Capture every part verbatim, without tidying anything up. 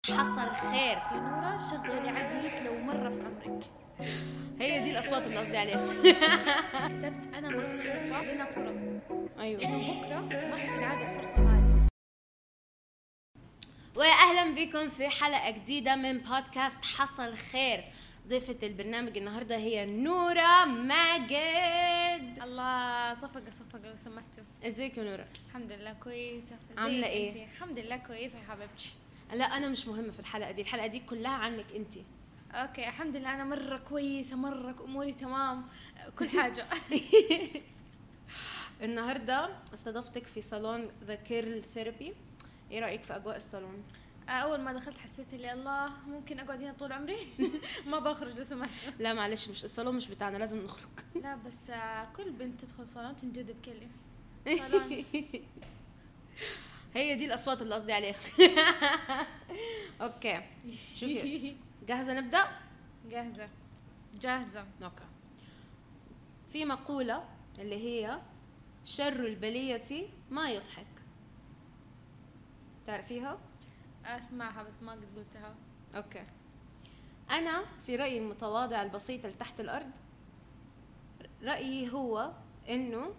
حصل خير يا نورة شغلي عقلك لو مرة في عمرك. هي دي الأصوات اللي قصدي عليها. كتبت أنا مخطوفة لنا فرص، أيوة. لأنه بكرة ما حتنعاد الفرصة هذه. وأهلا بكم في حلقة جديدة من بودكاست حصل خير. ضيفة البرنامج النهاردة هي نورة ماجد. الله صفقة صفقة لو سمحتوا. ازيك يا نورة؟ الحمد لله كويسة. عاملة ايه؟ انتي؟ الحمد لله كويسة يا حبيبتي. لا أنا مش مهمة في الحلقة دي، الحلقة دي كلها عنك انتي. اوكي الحمد لله أنا مرة كويسة، مرة أموري تمام كل حاجة. النهاردة استضفتك في صالون ذا كيرل ثيرابي. ايه رأيك في أجواء الصالون؟ أول ما دخلت حسيت لي الله ممكن أقعد هنا طول عمري. ما بخرج لو سمحتوا. لا معلش، مش الصالون مش بتاعنا، لازم نخرج. لا بس آه، كل بنت تدخل صالون تنجذب كلي صالون. هي دي الأصوات اللي قصدي عليها. اوكي شوفي، جاهزة نبدأ؟ جاهزة جاهزة. اوكي. في مقولة اللي هي شر البلية ما يضحك، تعرفيها؟ أسمعها بس ما قد قلتها. اوكي. أنا في رأيي المتواضع البسيط اللي تحت الأرض، رأيي هو إنه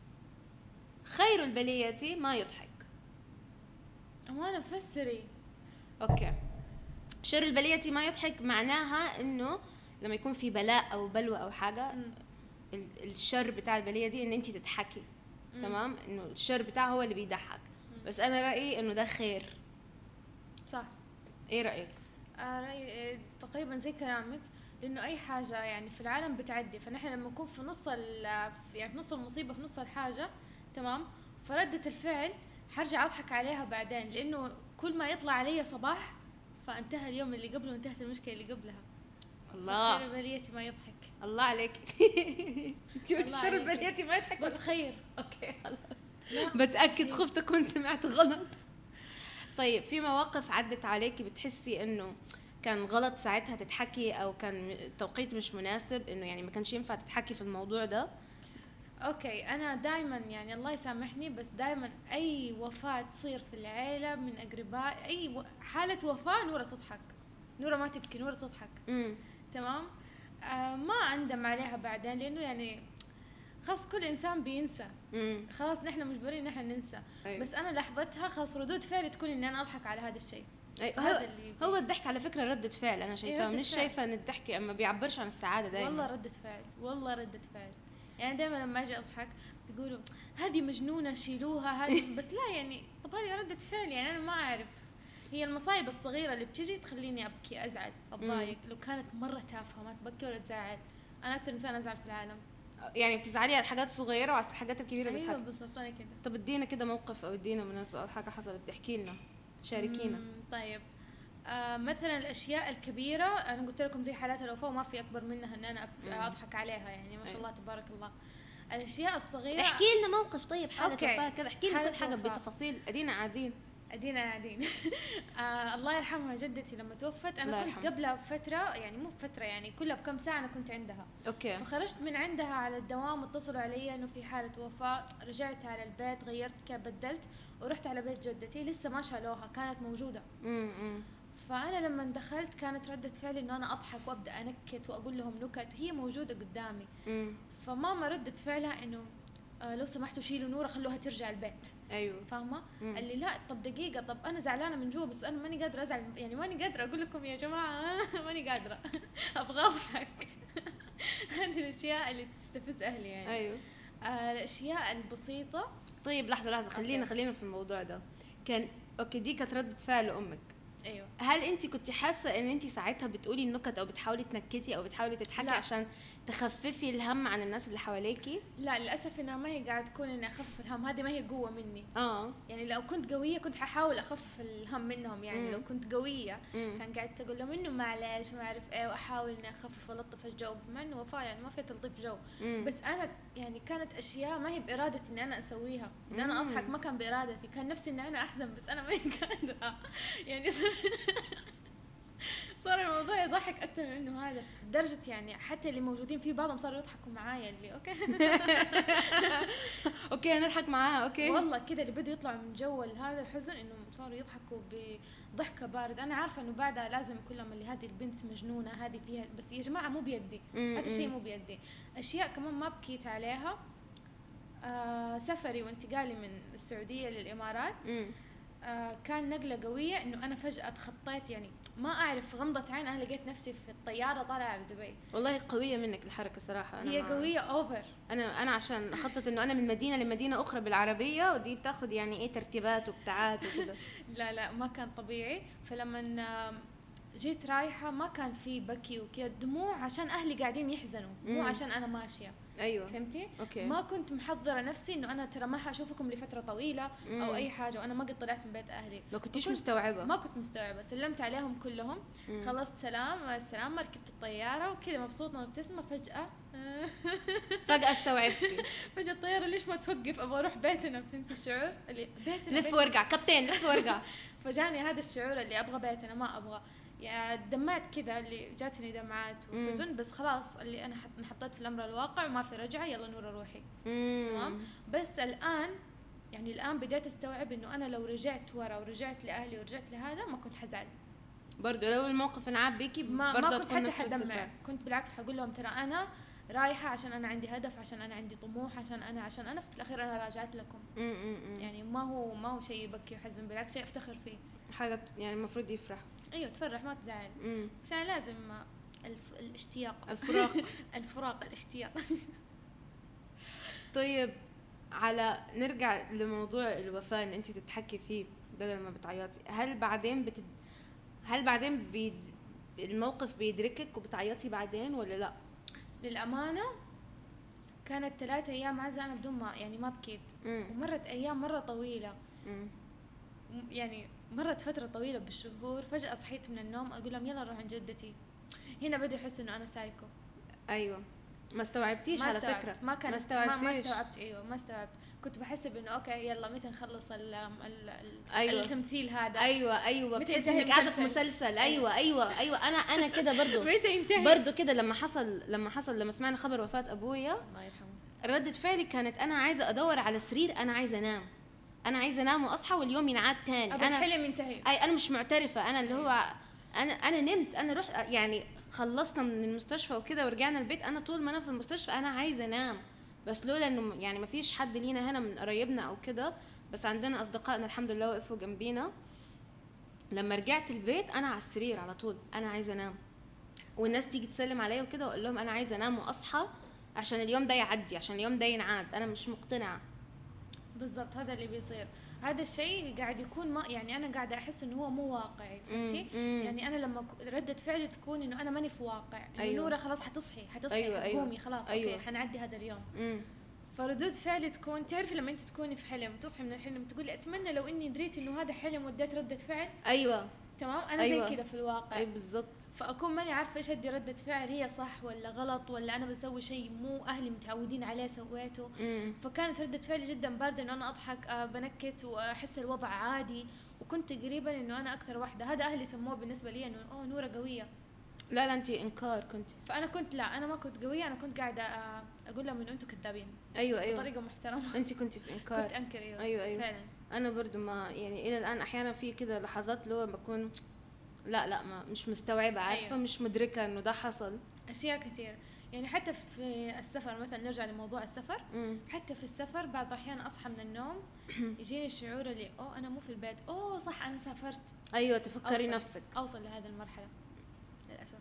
خير البلية ما يضحك. أمانة فسري. اوكي. شر البلية ما يضحك معناها إنه لما يكون في بلاء أو بلوى أو حاجة، م. ال- الشر بتاع البلية دي إن أنتي تضحكي. م. تمام، إنه الشر بتاعه هو اللي بيضحك. بس أنا رأيي إنه ده خير. صح. إيه رأيك؟ آه رأي آه، تقريبا زي كلامك، لأنه أي حاجة يعني في العالم بتعدي، فنحن لما نكون في نص ال- في- يعني في نص المصيبة، في نص الحاجة، تمام، فردة الفعل حرجع أضحك عليها بعدين، لأنه كل ما يطلع علي صباح فانتهى اليوم اللي قبله وانتهت المشكلة اللي قبلها. الله خير بليتي ما يضحك. الله عليك. انت قلت الله شر عليك. البلية ما يضحك. قلت خير. اوكي خلاص، لا، بتأكد، خير. خفت اكون سمعت غلط. طيب في مواقف عدت عليكي بتحسي انه كان غلط ساعتها تضحكي، او كان التوقيت مش مناسب، انه يعني ما كانش ينفع تضحكي في الموضوع ده؟ اوكي انا دائما يعني الله يسامحني، بس دائما اي وفاة تصير في العيلة من اقرباء، اي و- حالة وفاة نورة تضحك، نورة ما تبكي، نورة تضحك. امم تمام. آه ما اندم عليها بعدين، لانه يعني خلاص كل انسان بينسى، امم خلاص نحن مجبرين نحن ننسى. أيوة. بس انا لحظتها خلاص ردود فعلي تكون اني انا اضحك على هذا الشيء. أيوة. هذا هو, اللي هو الضحك على فكرة ردة فعل، انا شايفاه، ردة مش فعل. شايفة ان الضحك اما بيعبرش عن السعادة دايما. والله ردة فعل، والله ردة فعل. يعني دائما لما اجي اضحك بيقولوا هذه مجنونة شيلوها هذه. بس لا يعني طب هذه ردة فعل، يعني انا ما اعرف، هي المصايب الصغيرة اللي بتجي تخليني ابكي، ازعل، اتضايق. لو كانت مرة تافهة ما تبكي ولا تزعل. انا اكثر انسان ازعل في العالم. يعني بتزعلي على الحاجات الصغيرة وعلى الحاجات الكبيرة ايوه بتضحكي. بالضبط انا كده. طب ادينا كده موقف او ادينا مناسبة او حاجة حصلت تحكي لنا، شاركينا. مم، طيب. آه مثلا الاشياء الكبيره، انا قلت لكم زي حالات الوفاه وما في اكبر منها ان انا أب- مم. اضحك عليها، يعني ما شاء أيوة. الله تبارك الله. الاشياء الصغيره احكي لنا موقف، طيب حالة أوكي. وفاة كده، احكي لنا حالة كل حاجة وفاة. بتفاصيل، ادينا قاعدين. ادينا قاعدين. آه الله يرحمها جدتي لما توفت، الله انا كنت يرحمها. قبلها بفتره، يعني مو بفتره، يعني كلها بكم ساعه انا كنت عندها. اوكي. فخرجت من عندها على الدوام، اتصلوا علي انه في حاله وفاه. رجعت على البيت، غيرت كاب، بدلت ورحت على بيت جدتي، لسه ما شالوها، كانت موجوده. امم فأنا لما دخلت كانت ردة فعلي إنه أنا أضحك وأبدأ أنكت وأقول لهم نكت، هي موجودة قدامي. امم فماما ردت فعلها إنه آه لو سمحتوا شيلوا نورة، خلوها ترجع البيت. ايوه. فاهمة؟ مم. قال لي لا طب دقيقة، طب أنا زعلانة من جوا بس أنا ماني قادرة أزعل، يعني ماني قادرة أقول لكم يا جماعة. ماني قادرة. أبغى أضحك. هذه الأشياء اللي تستفز أهلي يعني. ايوه. آه الأشياء البسيطة. طيب لحظة لحظة، خلينا أوكي. خلينا في الموضوع ده. كان اوكي، دي كانت ردة فعل امك. أيوه. هل انت كنت حاسة ان انت ساعتها بتقولي النكت او بتحاولي تنكتي او بتحاولي تضحكي لا. عشان تخففي الهم عن الناس اللي حواليكي؟ لا للأسف إنها ما هي قاعدة تكون إني أخفف الهم، هذه ما هي قوة مني. اه. يعني لو كنت قوية كنت ححاول أخفف الهم منهم، يعني مم. لو كنت قوية مم. كان قاعد تقول لهم إنه معلش ما أعرف إيه، وأحاول إني أخفف وألطف الجو، بما إنه وفاة يعني ما في تلطيف جو. مم. بس أنا يعني كانت أشياء ما هي بإرادتي إني أنا أسويها، إن أنا مم. أضحك ما كان بإرادتي، كان نفسي إني أنا أحزن بس أنا ما قادرة. يعني صار صار الموضوع ضحك اكثر من انه هذا، لدرجه يعني حتى اللي موجودين فيه بعضهم صاروا يضحكوا معايا اللي اوكي اوكي نضحك معاها اوكي والله كذا اللي بدوا يطلعوا من جو هذا الحزن انه صاروا يضحكوا بضحكه بارد. انا عارفه انه بعدها لازم كلهم اللي هذه البنت مجنونه هذه فيها، بس يا جماعه مو بيدي هذا الشيء، مو بيدي. اشياء كمان ما بكيت عليها، آه سفري وانتقالي من السعوديه للامارات آه كان نقله قويه، انه انا فجاه تخطيت يعني ما اعرف غمضه عين انا لقيت نفسي في الطياره طالعه على دبي. والله قويه منك الحركه صراحه. أنا هي قويه اوفر. انا انا عشان اخطط انه انا من مدينه لمدينه اخرى بالعربيه، ودي بتاخذ يعني ايه ترتيبات وابتعاد وكذا. لا لا ما كان طبيعي. فلما جيت رايحه ما كان في بكي وكذا دموع عشان اهلي قاعدين يحزنوا، مو عشان انا ماشيه. ايوه فهمتي؟ أوكي. ما كنت محضره نفسي انه انا ترى ما حاشوفكم لفتره طويله مم. او اي حاجه، وانا ما قد طلعت من بيت اهلي. ما كنتيش مستوعبه؟ ما كنت مستوعبه. سلمت عليهم كلهم، مم. خلصت سلام مع السلامه، ركبت الطياره وكذا مبسوطه مبتسمه. فجاه فجاه استوعبتي فجاه الطياره ليش ما توقف؟ ابغى اروح بيتنا. فهمت الشعور اللي بيتنا؟ لف وارجع كابتن، لف وارجع. فجاني هذا الشعور اللي ابغى بيتنا، ما ابغى يا دمعت كذا، اللي جاتني دمعات وحزن، بس خلاص اللي انا حط انحطيت في الامر الواقع وما في رجعه، يلا نورة روحي. تمام. بس الان يعني الان بديت استوعب انه انا لو رجعت ورا ورجعت لاهلي ورجعت لهذا ما كنت حزعل برضو. لو الموقف انعاب بيكي ما, ما كنت حتى حدمع، كنت بالعكس حقول لهم ترى انا رايحه عشان انا عندي هدف، عشان انا عندي طموح، عشان انا عشان انا في الاخير انا راجعت لكم. مم. يعني ما هو ما هو شيء يبكي ويحزن، بالعكس شيء افتخر فيه، حاجه يعني المفروض يفرح. ايوه تفرح ما تزعل. مم. بس يعني لازم الف... الاشتياق الفراق الفراق الاشتياق. طيب على نرجع لموضوع الوفاة اللي انت تتحكي فيه بدل ما بتعيطي، هل بعدين بتد... هل بعدين بيد... الموقف بيدركك وبتعيطي بعدين ولا لا؟ للأمانة كانت ثلاثة أيام عزة أنا بدون ما يعني ما بكيت. مم. ومرت أيام مرة طويلة. مم. يعني مرت فترة طويلة بالشهور، فجأة صحيت من النوم أقول لهم يلا نروح عند جدتي. هنا بدوا يحسوا إنه أنا سايكو. أيوة ما استوعبتيش على فكرة. ما كان ما استوعبتيش. ما, ما استوعبت. أيوة ما استوعبت. كنت بحسب إنه أوكي يلا متى نخلص ال ال أيوة. التمثيل هذا. أيوة أيوة بتحسي إنك قاعدة في مسلسل. أيوة أيوة أيوة أنا أنا كده برضو. متى ينتهي؟ برضو كده لما حصل لما حصل لما سمعنا خبر وفاة أبويا الله يرحمه، ردة فعلي كانت أنا عايزة أدور على سرير، أنا عايزة أنام، انا عايزه انام واصحى واليوم ينعاد تاني. انا الحلم ينتهي. اي انا مش معترفه، انا اللي هو انا انا نمت، انا رحت يعني خلصنا من المستشفى وكده ورجعنا البيت، انا طول ما انا في المستشفى انا عايزه انام. بس لولا انه يعني ما فيش حد لينا هنا من قرايبنا او كده، بس عندنا اصدقائنا الحمد لله وقفوا جنبينا. لما رجعت البيت انا على السرير على طول انا عايزه انام، والناس تيجي تسلم عليا وكده واقول لهم انا عايزه انام واصحى عشان اليوم ده يعدي، عشان اليوم ده ينعاد. انا مش مقتنعه. بالضبط هذا اللي بيصير. هذا الشيء قاعد يكون ما يعني انا قاعده احس انه هو مو واقعي. فهمتي؟ يعني انا لما ردة فعلي تكون انه انا ماني في واقع. أيوة. نورة خلاص حتصحي حتصحي أيوة حتقومي. أيوة. خلاص أيوة. اوكي حنعدي هذا اليوم. مم. فردود فعلي تكون تعرفي لما انت تكوني في حلم تصحي من الحلم تقولي اتمنى لو اني دريت انه هذا حلم وديت ردة فعل. ايوه تمام. انا أيوة. زي كذا في الواقع. اي بالضبط. فاكون ماني عارفه ايش ادي ردة فعل، هي صح ولا غلط، ولا انا بسوي شيء مو اهلي متعودين عليه سويته. مم. فكانت ردة فعلي جدا بارده، انه انا اضحك آه بنكت واحس الوضع عادي، وكنت تقريبا انه انا اكثر واحده هذا اهلي سموه بالنسبه لي انه اوه نورة قويه. لا لا انت انكار كنت. فانا كنت لا انا ما كنت قويه، انا كنت قاعده آه اقول لهم انه انتم كذابين. ايوه ايوه بطريقه محترمه. انت كنت في انكار. كنت انكر. ايوه ايوه ايوه فعلا. انا برضو ما يعني الى الان احيانا في كده لحظات اللي هو بكون لا لا ما مش مستوعبه، عارفه. أيوة. مش مدركه انه ده حصل. اشياء كثير يعني حتى في السفر مثلا، نرجع لموضوع السفر. مم. حتى في السفر بعض الاحيان اصحى من النوم يجيني الشعور اللي اوه انا مو في البيت، اوه صح انا سافرت. ايوه تفكري أوصل. نفسك. اوصل لهذه المرحله للاسف.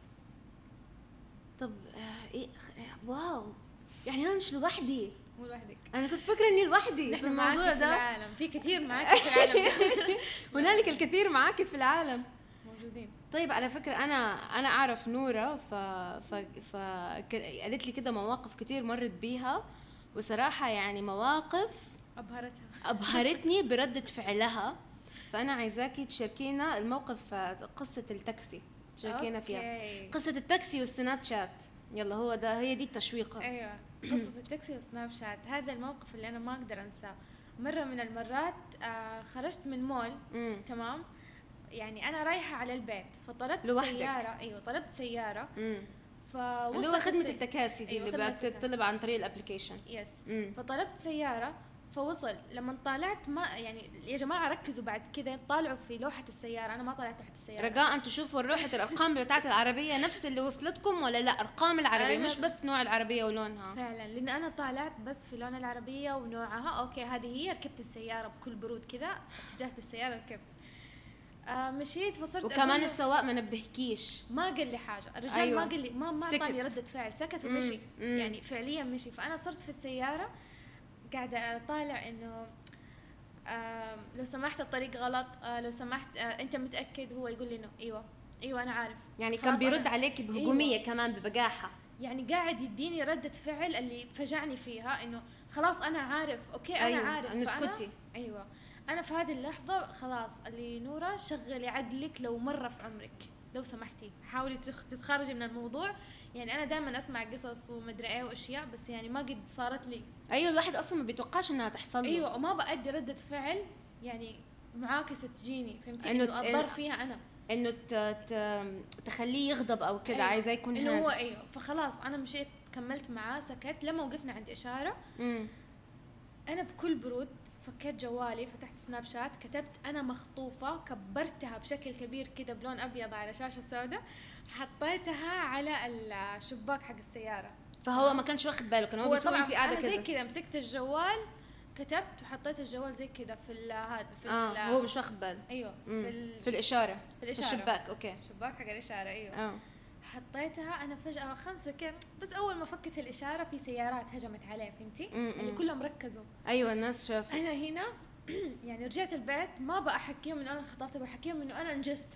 طب ايه واو، يعني انا مش لوحدي. مو لوحدك. انا كنت فاكره اني لوحدي في الموضوع ده. في العالم في كثير معاكي في العالم. هنالك الكثير معاكي في العالم موجودين. طيب على فكره انا انا اعرف نورة ف ف ف قالت لي كده مواقف كتير مرت بيها، وصراحه يعني مواقف ابهرتها ابهرتني بردة فعلها. فانا عايزاكي تشاركينا الموقف، قصه التاكسي تشاركينا فيها. قصه التاكسي والسناب شات. يلا هو ده، هي دي التشويقه. ايوه قصه التاكسي والسناب شات. هذا الموقف اللي انا ما اقدر انساه. مره من المرات آه خرجت من مول. مم. تمام. يعني انا رايحه على البيت فطلبت لوحدك. سياره. ايوه طلبت سياره. امم فوصلت اللي هو خدمه السي... التكاسي دي أيوة، اللي خدمة التكاسي. بتطلب عن طريق الابلكيشن. يس. امم فطلبت سياره فوصل. لما طالعت ما يعني يا جماعه ركزوا بعد كده طالعوا في لوحه السياره، انا ما طلعت تحت السياره. رجاء تشوفوا لوحه الارقام بتاعت العربيه نفس اللي وصلتكم ولا لا، ارقام العربيه أنا- مش بس نوع العربيه ولونها. فعلا لان انا طالعت بس في لون العربيه ونوعها. اوكي هذه هي. ركبت السياره بكل برود كذا، اتجهت السياره ركبت. آه مشيت فصرت وكمان أقول له- السواق ما نبهكيش. ما قال لي حاجه الرجال. أيوة. ما قال لي ما ما سكت. اعطاني رده فعل، سكت مم. ومشي. مم. يعني فعليا مشي. فانا صرت في السياره قاعده اطالع انه آه لو سمحت الطريق غلط، آه لو سمحت آه انت متاكد؟ هو يقول لي انه ايوه ايوه انا عارف. يعني خلاص كان بيرد أنا- عليك بهجوميه أيوة. كمان ببجاحه. يعني قاعد يديني ردة فعل اللي فجعني فيها انه خلاص انا عارف. اوكي انا أيوة. عارف. أنا فأنا- اسكتي. ايوه انا في هذه اللحظة خلاص اللي نورة شغلي عقلك لو مرة في عمرك لو سمحتي حاولي تخ- تتخرجي من الموضوع. يعني انا دائما اسمع قصص ومدري ايه واشياء بس يعني ما قد صارت لي. ايوه الواحد اصلا ما بيتوقعش انها تحصل له. ايوه وما بأدي ردة فعل يعني معاكسة تجيني. فهمتي إنه انه ت- اضر فيها انا انه ت... ت... تخليه يغضب او كده. أيوة. عايزاه يكون انه هو هادي. ايوه. فخلاص انا مشيت كملت معاه سكت. لما وقفنا عند اشارة امم انا بكل برود فكيت جوالي فتحت سناب شات كتبت انا مخطوفة، كبرتها بشكل كبير كده بلون ابيض على شاشة سوداء، حطيتها على الشباك حق السيارة. فهو ما كانش واخد باله، كان هو بيسوق طبعا انت قاعده انا زي كده. كذا مسكت الجوال كتبت وحطيت الجوال زي كذا في ال- هذا في اه ال- هو مش واخد باله. ايوه مم. في ال- في الاشاره في في الاشارة الشباك. اوكي. الشباك حق الاشارة. ايوه اه حطيتها انا فجأة خمسة كم بس اول ما فكت الاشارة في سيارات هجمت عليه. فهمتي مم. اللي مم. كلهم ركزوا. ايوه الناس شافت. انا هنا يعني رجعت البيت ما بقى احكيهم انه انا انخطبت، بحكيهم انه انا انجزت.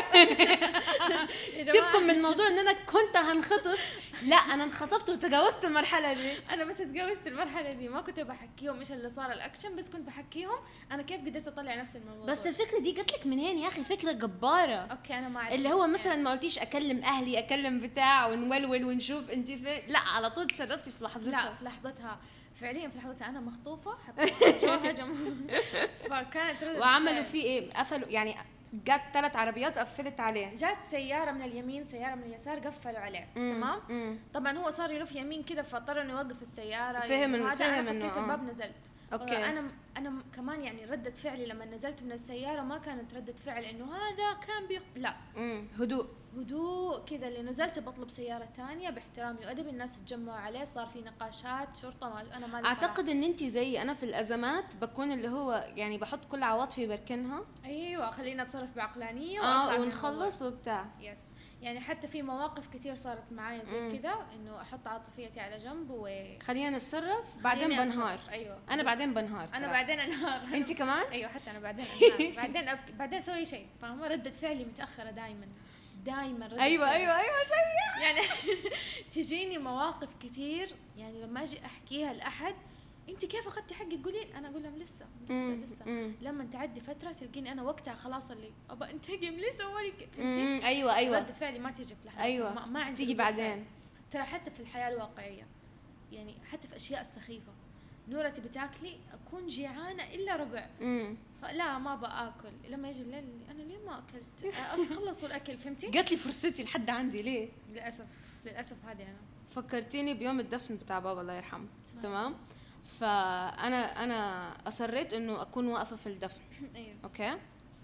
يا جماعة سيبكم من موضوع ان انا كنت هنخطب. لا انا انخطبت وتجاوزت المرحله دي. انا بس اتجوزت المرحله دي ما كنت بحكيهم ايش اللي صار الاكشن، بس كنت بحكيهم انا كيف قدرت اطلع نفسي من الموضوع. بس الفكره دي جات لك منين يا اخي؟ فكره جباره. اوكي انا ما اعرف اللي هو مثلا ما قلتيش اكلم اهلي اكلم بتاع ونولول ونشوف انت فين، لا على طول تصرفتي في لحظتها. لا في لحظتها فعليا في لحظتها انا مخطوفه حطيت جو هجم. فكانت ردة وعملوا فعل. فيه ايه؟ قفلوا يعني؟ جات ثلاث عربيات قفلت عليه. جات سياره من اليمين سياره من اليسار قفلوا عليه. مم. تمام. مم. طبعا هو صار يلف يمين كده فاضطر انه يوقف السياره. فهم إنه- هذا فهم انا إنه فكيت آه. الباب نزلت. اوكي. انا انا م- كمان يعني ردة فعلي لما نزلت من السياره ما كانت ردة فعل انه هذا كان بيخ... لا امم هدوء. هدوء كذا. اللي نزلت بطلب سياره تانية باحترامي وادب. الناس تجمعوا عليه صار في نقاشات شرطه. ما انا ما اعتقد ان انت زي انا في الازمات بكون اللي هو يعني بحط كل عواطفي بركنها. ايوه خلينا اتصرف بعقلانيه اه وأطلع من ونخلص وبتاع. الموضوع. يس يعني حتى في مواقف كثير صارت معايا مم. زي كذا انه احط عاطفيتي على جنب و خلينا نتصرف بعدين خليني أتصرف. بنهار. ايوه انا بعدين بنهار انا صراحة. بعدين انهار. انت كمان. ايوه حتى انا بعدين انهار. بعدين أبكي. بعدين اسوي شيء فاهمه. رده فعلي متاخره دائما دائما ردة ايوه فعل. ايوه ايوه سيء. يعني تجيني مواقف كثير يعني لما اجي احكيها لاحد انت كيف اخذتي حقك قولي انا اقول لهم لسه لسه لسه. لما تعدي فتره تلقيني انا وقتها خلاص اللي ابى انتقم ليه سوالي فهمتي. ايوه ايوه ردة فعلي ما تيجي في لحظة. ايوه ما, ما عندي تيجي ردة فعل. بعدين. ترى حتى في الحياه الواقعيه يعني حتى في اشياء سخيفه نورة تبي تاكلي اكون جيعانه الا ربع امم فلا ما باكل. لما يجي الليل انا ليه ما اكلت آه، خلصوا الاكل فهمتي. جات لي فرصتي لحد عندي ليه؟ للاسف للاسف هذه انا فكرتيني بيوم الدفن بتاع بابا الله يرحمه. تمام. فانا انا اصريت انه اكون واقفه في الدفن. ايوه اوكي.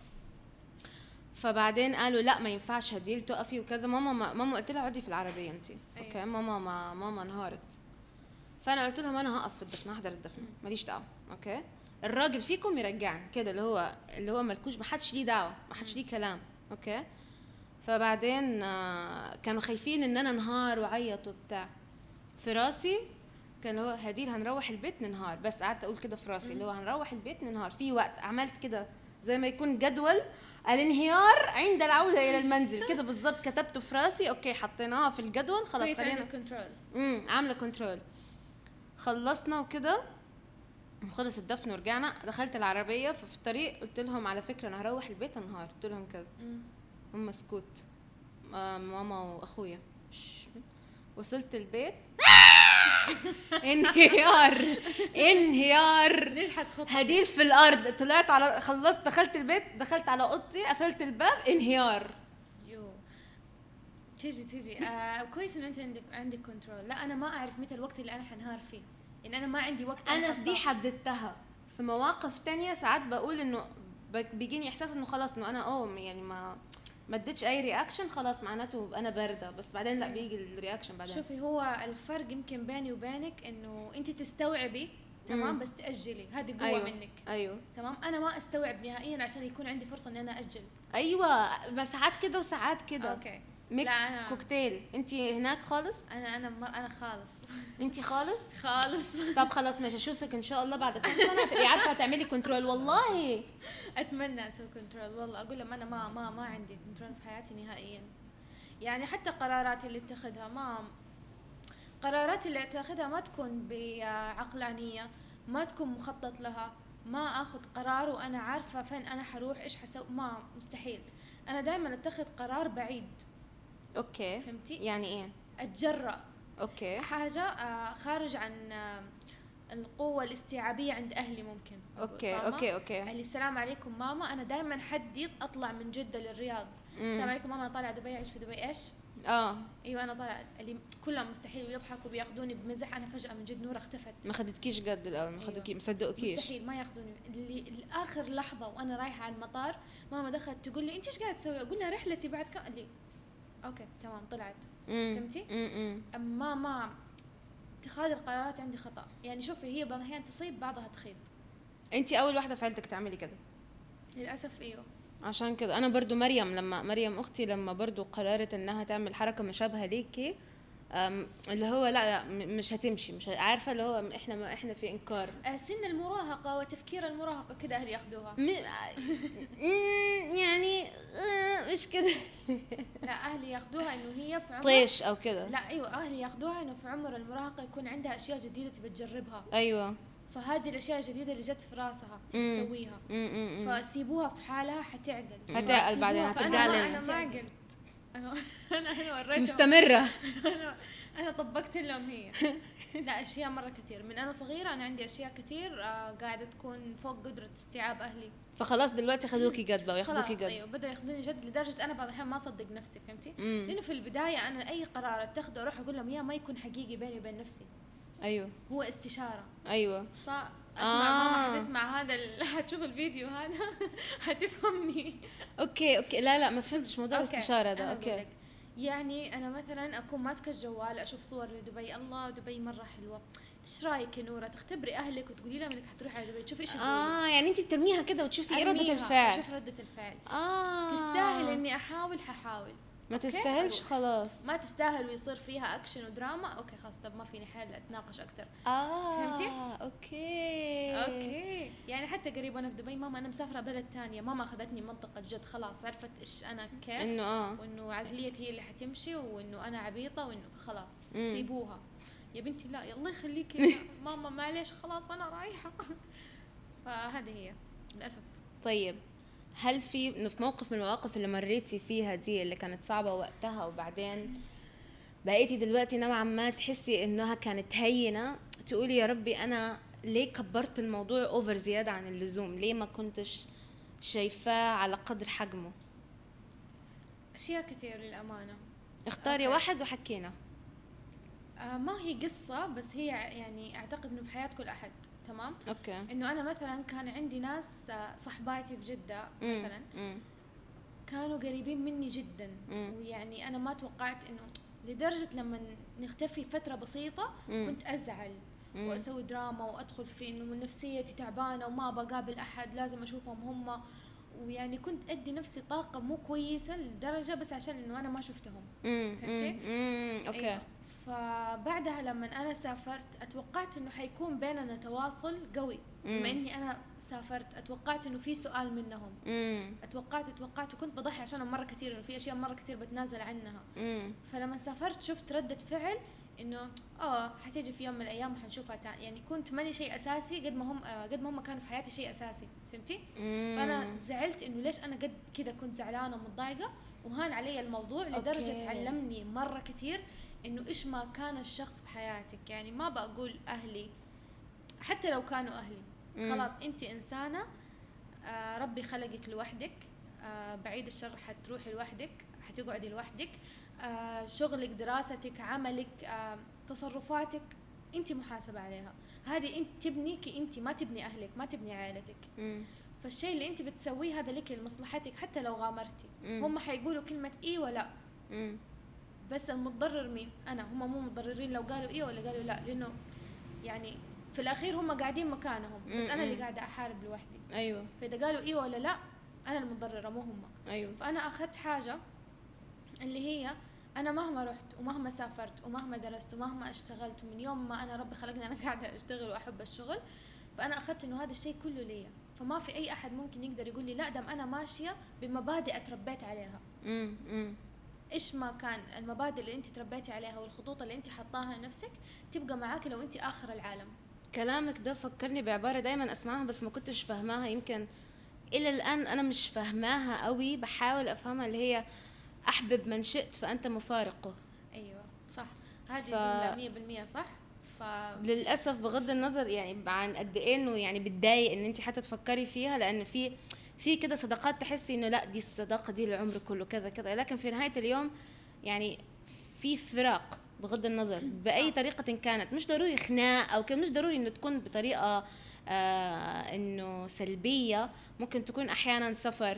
فبعدين قالوا لا ما ينفعش هديل تقفي وكذا. ماما ما ماما قلت لها اقعدي في العربيه انت. أيوة. اوكي. ماما ما ماما انهارت. فانا قلت لهم انا هقف في الدفن احضر الدفن ماليش دعوه. اوكي. الراجل فيكم يرجعني كده اللي هو اللي هو ملكوش ما حدش ليه دعوه ما حدش ليه كلام. اوكي. فبعدين آه، كانوا خايفين ان انا انهار وعيط وبتاع. في راسي كان هو هديل هنروح البيت ننهار. بس قعدت اقول كده في راسي اللي هو هنروح البيت ننهار. في وقت عملت كده زي ما يكون جدول الانهيار عند العودة إلى المنزل كده بالضبط كتبته في راسي. أوكي حطيناها في الجدول خلاص خلينا كنترول. امم عاملة كنترول. خلصنا وكده خلص الدفن ورجعنا. دخلت العربية ففي الطريق قلت لهم على فكرة أنا هروح البيت أنهار. قلت لهم كده. هم سكوت. آه ماما وأخويا. وصلت البيت انهيار انهيار. نجحت خطة. هديل في الارض، طلعت على خلصت دخلت البيت، دخلت على اوضتي قفلت الباب، انهيار. يو تيجي تيجي آه كويس انه انت عندك عندك كنترول. لا انا ما اعرف متى الوقت اللي انا حنهار فيه، يعني انا ما عندي وقت. انا في دي حددتها. في مواقف تانية ساعات بقول انه بيجيني احساس انه خلاص انه انا اوه يعني ما ما اديتش اي رياكشن، خلاص معناته انا بارده، بس بعدين لا بيجي الرياكشن بعدين. شوفي هو الفرق يمكن بيني وبينك انه انت تستوعبي تمام بس تاجلي، هذه قوه أيوة. منك. ايوه تمام. انا ما استوعب نهائيا عشان يكون عندي فرصه ان انا اجل. ايوه بس ساعات كده وساعات كده. اوكي ميكس أنا كوكتيل. انت هناك خالص؟ انا انا مر... انا خالص. انت خالص خالص. طب خلاص ماشي، اشوفك ان شاء الله بعد كم سنه تبقي عارفه تعملي كنترول. والله اتمنى اسوي كنترول، والله اقول لهم انا ما ما ما عندي كنترول في حياتي نهائيا. يعني حتى قراراتي اللي اتخذها ما قراراتي اللي اتخذها ما تكون بعقلانيه، ما تكون مخطط لها، ما اخذ قرار وانا عارفه فين انا حروح ايش حسوي، ما مستحيل. انا دائما اتخذ قرار بعيد. اوكي فهمتي؟ يعني ايه اتجرأ اوكي حاجه آه، خارج عن آه، القوه الاستيعابيه عند اهلي ممكن. اوكي اوكي اوكي اهلي السلام عليكم ماما، انا دائما حدي اطلع من جده للرياض. السلام عليكم ماما، انا طالعه دبي، اعيش في دبي. ايش؟ اه ايوه انا طالعه. اللي كلهم مستحيل ويضحكوا بياخذوني بمزح، انا فجاه من جد نور اختفت. ما خدتكيش جد الاول؟ ما خدوكي؟ ما صدقوكيش؟ مستحيل ما ياخذوني. اللي الاخر لحظه وانا رايحه على المطار ماما دخلت تقول لي انت ايش قاعده تسوي؟ اقول لها رحلتي بعد كم. قال لي اوكي تمام طلعت. فهمتي؟ ما ما اتخاذ القرارات عندي خطا. يعني شوفي هي بعض الاحيان تصيب بعضها تخيب. انت اول واحده في عيلتك تعملي كده للاسف. ايوه عشان كده انا برضو مريم، لما مريم اختي لما برضو قررت انها تعمل حركه مشابهه ليكي، اللي هو لا لا مش هتمشي، مش عارفه اللي هو احنا ما احنا في انكار. سن المراهقه وتفكير المراهقه كده اهلي ياخذوها. م... يعني مش كده. لا اهلي ياخذوها انه هي في عمر طيش او كده. لا ايوه اهلي ياخذوها انه في عمر المراهقه يكون عندها اشياء جديده تبي تجربها. ايوه فهذه الاشياء الجديده اللي جت في راسها تبي تسويها، فسيبوها في حالها حتعقل. حتعقل بعدين هترجع لنا. انا ما عقلت. انا انا انا وريتهم. مستمره. انا انا طبقت لهم هي. لا اشياء مره كثير من انا صغيره، انا عندي اشياء كثير آه قاعده تكون فوق قدره استيعاب اهلي. فخلاص دلوقتي خذوكي جد بقى ياخذوكي جد. ايوه بدأوا ياخذوني جد لدرجه انا بعض الاحيان ما اصدق نفسي. فهمتي؟ لانه في البدايه انا اي قرار اتخذه اروح اقول لهم اياه ما يكون حقيقي بيني وبين نفسي. ايوه هو استشاره. ايوه صح. اسمع آه. ماما حتسمع هذا ال... حتشوف الفيديو هذا حتفهمني. اوكي اوكي لا لا ما فهمتش موضوع الاستشاره ده. اوكي يعني انا مثلا اكون ماسكه الجوال اشوف صور لدبي، الله دبي مره حلوه، ايش رايك يا نوره تختبري اهلك وتقولي لهم انك حتروحي على دبي تشوفي ايش يقولوا. اه يعني انت بترميها كده وتشوفي ايه رده الفعل. شوف رده الفعل. اه تستاهل اني احاول ححاول، ما تستاهلش خلاص. ما تستاهل ويصير فيها اكشن ودراما. اوكي خلاص طب ما فيني حل اتناقش اكثر. اه فهمتي؟ اوكي اوكي. يعني حتى قريب وانا في دبي ماما انا مسافره بلد ثانيه، ماما اخذتني منطقه جد، خلاص عرفت ايش انا كيف انه اه وانه عقليتي هي اللي حتمشي وانه انا عبيطه وانه خلاص مم. سيبوها يا بنتي. لا يلا يخليكي ماما معليش خلاص انا رايحه. فهذه هي للاسف. طيب هل في انه في موقف من المواقف اللي مريتي فيها دي اللي كانت صعبه وقتها وبعدين بقيتي دلوقتي نوعا ما تحسي انها كانت هينه، تقولي يا ربي انا ليه كبرت الموضوع اوفر زياده عن اللزوم؟ ليه ما كنتش شايفاه على قدر حجمه؟ اشياء كثير للامانه. اختاري أوكي. واحد وحكينا. آه ما هي قصه بس هي يعني اعتقد انه في حياه كل احد. تمام. اوكي. انه انا مثلا كان عندي ناس صحباتي في جده مثلا مم. كانوا قريبين مني جدا. مم. ويعني انا ما توقعت انه لدرجه لما نختفي فتره بسيطه مم. كنت ازعل مم. واسوي دراما وادخل في انه نفسيتي تعبانه وما بقابل احد، لازم اشوفهم هم. ويعني كنت ادي نفسي طاقه مو كويسه لدرجه بس عشان انه انا ما شفتهم. فهمتي؟ اوكي. أيوة. فبعدها لما انا سافرت اتوقعت انه حيكون بيننا تواصل قوي. بما اني انا سافرت اتوقعت انه في سؤال منهم. مم. اتوقعت اتوقعت وكنت بضحي عشانهم مره كثير، انه في اشياء مره كثير بتنازل عنها. مم. فلما سافرت شفت ردة فعل انه اه حتيجي في يوم من الايام وحنشوفها تاني. يعني كنت ماني شيء اساسي قد ما هم آه قد ما هم كانوا في حياتي شيء اساسي. فهمتي؟ مم. فانا زعلت انه ليش انا قد كذا كنت زعلانه ومتضايقه وهان علي الموضوع لدرجه أوكي. علمني مره كثير انه ايش ما كان الشخص في حياتك، يعني ما بقول اهلي، حتى لو كانوا اهلي مم. خلاص انت انسانه، آه ربي خلقك لوحدك، آه بعيد الشر حتروحي لوحدك، حتقعدي لوحدك، آه شغلك، دراستك، عملك، آه تصرفاتك انت محاسبه عليها. هذه انت تبنيكي انت، ما تبني اهلك، ما تبني عائلتك. مم. فالشيء اللي انت بتسويه هذا لك لمصلحتك، حتى لو غامرتي. مم. هم حيقولوا كلمه ايه ولا، مم. بس المتضرر مين؟ انا. هم مو متضررين لو قالوا ايه ولا قالوا لا، لانه يعني في الاخير هم قاعدين مكانهم، بس انا اللي قاعده احارب لوحدي. ايوه. فاذا قالوا ايه ولا لا انا المتضرره مو هم. ايوه. فانا اخذت حاجه اللي هي انا مهما رحت ومهما سافرت ومهما درست ومهما اشتغلت، ومن يوم ما انا ربي خلقني انا قاعده اشتغل واحب الشغل، فانا اخذت انه هذا الشيء كله ليا. فما في اي احد ممكن يقدر يقول لي لا، دام انا ماشيه بمبادئ اتربيت عليها. امم امم ايش ما كان المبادئ اللي انت تربيتي عليها والخطوط اللي انت حطاها لنفسك تبقى معاك لو انت اخر العالم. كلامك ده فكرني بعبارة دايما اسمعها بس ما كنتش فاهماها، يمكن الى الان انا مش فاهماها قوي، بحاول افهمها، اللي هي احبب من شئت فانت مفارقه. ايوه صح، هذه ف... جمله مية بالمية صح. ف للاسف بغض النظر يعني عن قد ايه انه يعني بتضايق ان انت حتى تفكري فيها، لان في في كده صداقات تحسي انه لا دي الصداقه دي العمر كله كذا كذا، لكن في نهايه اليوم يعني في فراق بغض النظر باي طريقه كانت، مش ضروري خناق او كان، مش ضروري انه تكون بطريقه آه انه سلبيه، ممكن تكون احيانا سفر،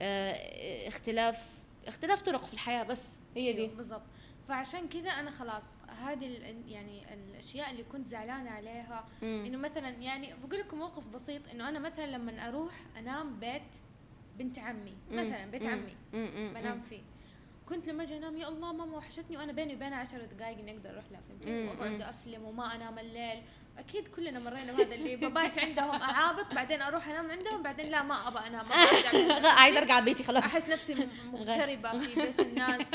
آه اختلاف اختلاف طرق في الحياه، بس هي دي. أيوة بالضبط. فعشان كذا انا خلاص هذه ال- يعني الاشياء اللي كنت زعلانه عليها، مم. انه مثلا يعني بقول لكم موقف بسيط، انه انا مثلا لما اروح انام بيت بنت عمي، مثلا بيت مم. عمي مم. مم. بنام فيه، كنت لما اجي انام يا الله ماما وحشتني، وانا بيني وبينها عشر دقائق اني اقدر اروح لها، فهمتي؟ مم. واقعد افلم وما انام الليل. اكيد كلنا مرينا بهذا، اللي ببات عندهم اعابط بعدين اروح انام عندهم بعدين لا ما ابى انام، ما ابى ارجع عايزه ارجع بيتي خلاص، احس نفسي م- مغتربه في بيت الناس.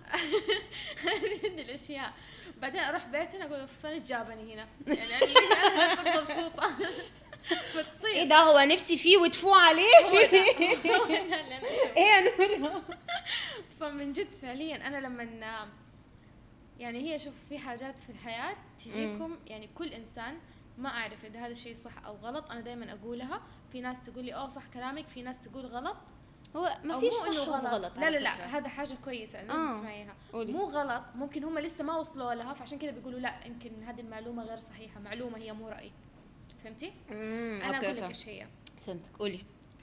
هذه الاشياء. بعدين اروح بيتنا اقول فانا جابني هنا، يعني انا كنت مبسوطه. فتصير ايه ده هو نفسي فيه وتفوق عليه. هو ده اللي أنا أسويه. ايه يا نور. فمن جد فعليا انا لما يعني هي شوف في حاجات في الحياه تجيكم، يعني كل انسان ما اعرف اذا هذا الشيء صح او غلط، انا دائما اقولها، في ناس تقول لي اه صح كلامك، في ناس تقول غلط. هو ما أو فيش مو إنه صح وغلط، لا لا لا هذا حاجه كويسه لازم آه. تسمعيها. قولي. مو غلط، ممكن هم لسه ما وصلوا لها فعشان كذا بيقولوا لا يمكن هذه المعلومه غير صحيحه، معلومه هي مو راي، فهمتي؟ انا اقول لك ايش هي. فهمتك، قولي.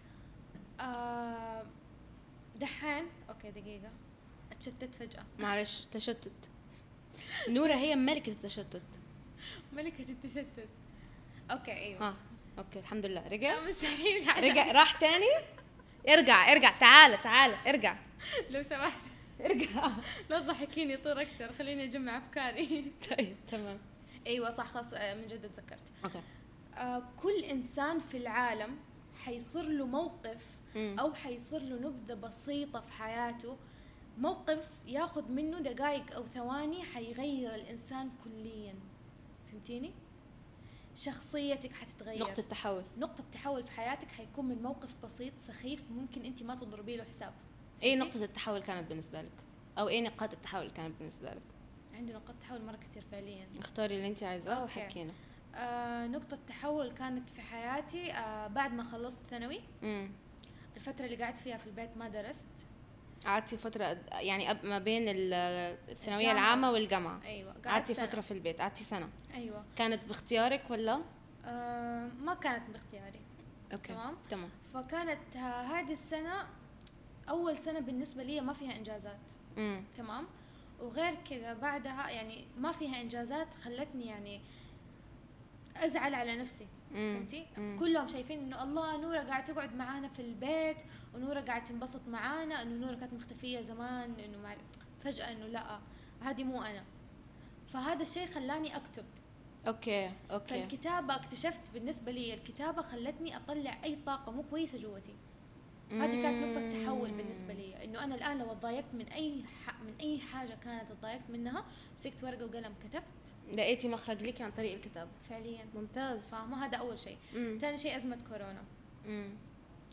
آه دحين اوكي دقيقه اتشتت فجاه. معلش تشتت، نورة هي ملكة التشتت. ملكه التشتت. اوكي ايوه ها اوكي الحمد لله رجع. مستحيل رجع راح تاني. ارجع ارجع تعال تعال ارجع لو سمحت ارجع. لا تضحكيني طير اكثر، خليني اجمع افكاري. طيب تمام. ايوه صح خلاص، آه، من جد تذكرت. اوكي. آه كل انسان في العالم حيصير له موقف مم. او حيصير له نبذه بسيطه في حياته، موقف ياخذ منه دقائق او ثواني حيغير الانسان كليا، فهمتيني؟ شخصيتك حتتغير، نقطة تحول. نقطه تحول في حياتك حيكون من موقف بسيط سخيف ممكن انت ما تضربي له حساب. ايه فهمتي؟ نقطة التحول كانت بالنسبة لك، او ايه نقاط التحول كانت بالنسبة لك؟ عندي نقاط تحول مره كثير فعليا. اختاري اللي انت عايزاه أوكي. وحكينا. آه نقطه تحول كانت في حياتي آه بعد ما خلصت ثانوي، امم الفتره اللي قعدت فيها في البيت ما درست. قعدتي فترة قد- يعني أب- ما بين ال- الثانوية الجامعة. العامة والجامعة. ايوه قعدت قعدتي سنة. فترة في البيت، قعدتي سنة. ايوه كانت باختيارك ولا؟ آه ما كانت باختياري. اوكي تمام. تمام. فكانت ه- هذه السنه اول سنه بالنسبه لي ما فيها انجازات، امم تمام. وغير كذا بعدها يعني ما فيها انجازات خلتني يعني ازعل على نفسي، فهمتي؟ مم. كلهم شايفين انه الله نورة قاعده تقعد معانا في البيت، ونورة قاعده تنبسط معانا، انه نورة كانت مختفيه زمان، انه مع... فجاه انه لا هذه مو انا. فهذا الشيء خلاني اكتب. اوكي اوكي. فالكتابه اكتشفت بالنسبه لي الكتابه خلتني اطلع اي طاقه مو كويسه جوتي. هذه كانت نقطة تحول بالنسبة لي، إنه أنا الآن لو اتضايقت من أي ح... من أي حاجة كانت اتضايقت منها، مسكت ورقة وقلم كتبت. لقيتي مخرج ليكي عن طريق الكتاب. فعليا ممتاز. فاهمة؟ هذا أول شيء. امم ثاني شيء أزمة كورونا. امم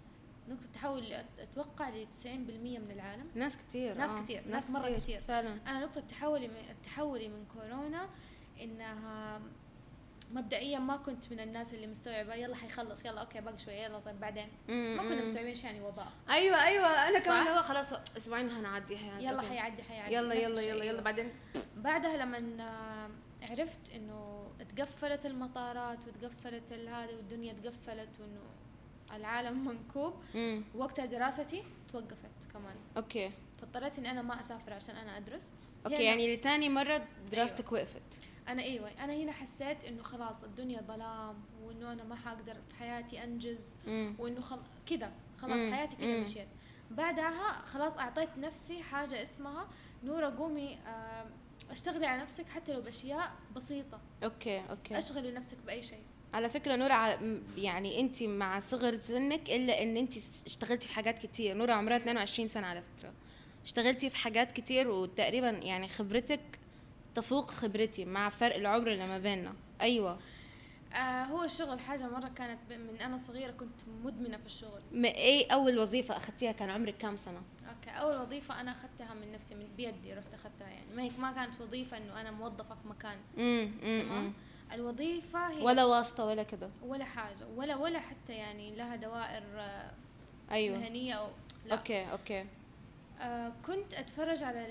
نقطة تحول أتوقع ل تسعين بالمية من العالم. ناس كتير ناس آه. كتير ناس, ناس مرة كتير. كتير فعلا. أنا نقطة تحولي من تحولي من كورونا إنها مبدئيا ما كنت من الناس اللي مستوعبة يلا حيخلص يلا أوكي باقي شوية يلا طيب بعدين ما كنا مستوعبين إيش يعني وباء. أيوة أيوة أنا كمان هو خلاص أسبوعين هنعدي حيعدي يلا حيعدي حيعدي يلا يلا يلا يلا بعدين. بعدها لما عرفت إنه تقفلت المطارات وتقفلت هذا والدنيا تقفلت وإنه العالم منكوب مم. وقتها دراستي توقفت كمان. أوكي. فاضطريت إن أنا ما أسافر عشان أنا أدرس. أوكي يعني لتاني مرة دراستك أيوة. وقفت. أنا أيوة أنا هنا حسيت إنه خلاص الدنيا ظلام وإنه أنا ما حقدر في حياتي أنجز مم. وإنه خل... كده خلاص مم. حياتي كده مشيت. بعدها خلاص أعطيت نفسي حاجة اسمها نورة قومي آه اشتغلي على نفسك حتى لو بأشياء بسيطة. أوكي أوكي. أشغلي نفسك بأي شيء. على فكرة نورة يعني أنت مع صغر سنك إلا إن أنت اشتغلتي في حاجات كتير. نورة عمرها اثنين وعشرين سنة على فكرة اشتغلتي في حاجات كتير وتقريبا يعني خبرتك تفوق خبرتي مع فرق العمر اللي ما بيننا. أيوة آه هو الشغل حاجة مرة كانت من أنا صغيرة كنت مدمنة في الشغل. ما إيه أول وظيفة أخذتيها كان عمرك كام سنة؟ أوكي أول وظيفة أنا أخذتها من نفسي من بيدي رحت أخذتها يعني ما هي ما كانت وظيفة إنه أنا موظفة في مكان. امم تمام. الوظيفة هي ولا واسطة ولا كده ولا حاجة ولا ولا حتى يعني لها دوائر آه أيوة. مهنية أو لا. أوكي أوكي. آه كنت أتفرج على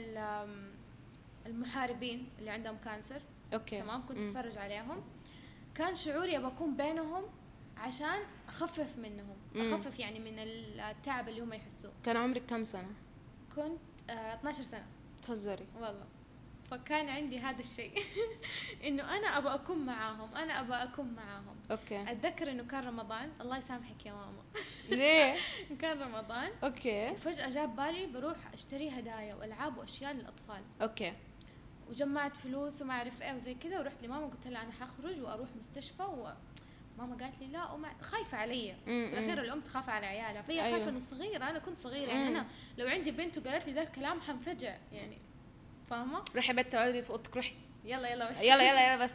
المحاربين اللي عندهم كانسر. أوكي. تمام كنت أتفرج عليهم كان شعوري أبى أكون بينهم عشان أخفف منهم مم. أخفف يعني من التعب اللي هم يحسوه. كان عمرك كم سنة؟ كنت آه اثناشر سنة. تهزري والله. فكان عندي هذا الشيء إنه أنا أبى أكون معاهم أنا أبى أكون معاهم. أوكي. أتذكر إنه كان رمضان الله يسامحك يا ماما. ليه؟ كان رمضان. أوكي. وفجأة جاب بالي بروح أشتري هدايا وألعاب وأشياء للأطفال. أوكي. وجمعت فلوس وما أعرف إيه وزي كذا ورحت لماما قلت لها أنا حخرج وأروح مستشفى وماما قالت لي لا وما خايفة علي. في الأخير الأم تخاف على عيالها فهي أيوة. خايفة إنه صغيرة أنا كنت صغيرة يعني أنا لو عندي بنت وقالت لي ذا الكلام حنفجع يعني فاهمة. روحي بنت اقعدي في اوضتك روحي يلا يلا بس يلا يلا يلا بس.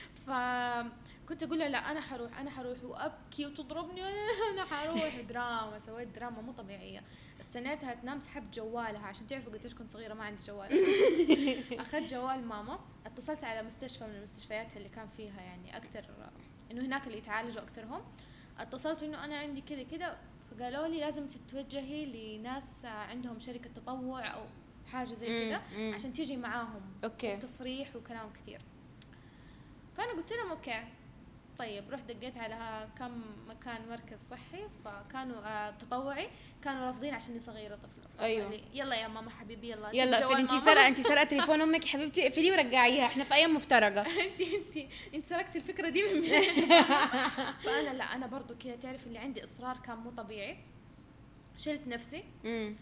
فكنت أقول لها لا أنا حروح أنا حروح وأبكي وتضربني أنا حروح. دراما سويت دراما مو طبيعية. استنيتها تنام سحبت جوالها عشان تعرفوا قد ايش كنت صغيره ما عندي جوال. اخذت جوال ماما اتصلت على مستشفى من المستشفيات اللي كان فيها يعني اكثر انه هناك اللي يتعالجوا اكثرهم. اتصلت انه انا عندي كذا كذا فقالوا لي لازم تتوجهي لناس عندهم شركه تطوع او حاجه زي كذا عشان تيجي معاهم. اوكي. تصريح وكلام كثير. فانا قلت لهم اوكي طيب رحت دقيت على كم مكان مركز صحي فكانوا آه تطوعي كانوا رافضين عشاني صغيره طفله. ايوه. يلا يا ماما حبيبي يلا يلا في انت سرقه انت سرقه تليفون امك حبيبتي اقفليه ورجعيها احنا في ايام مفترجه. انت انت انت سرقتي الفكره دي من فانا لا انا برضو كذا تعرف اللي عندي اصرار كان مو طبيعي. شلت نفسي. امم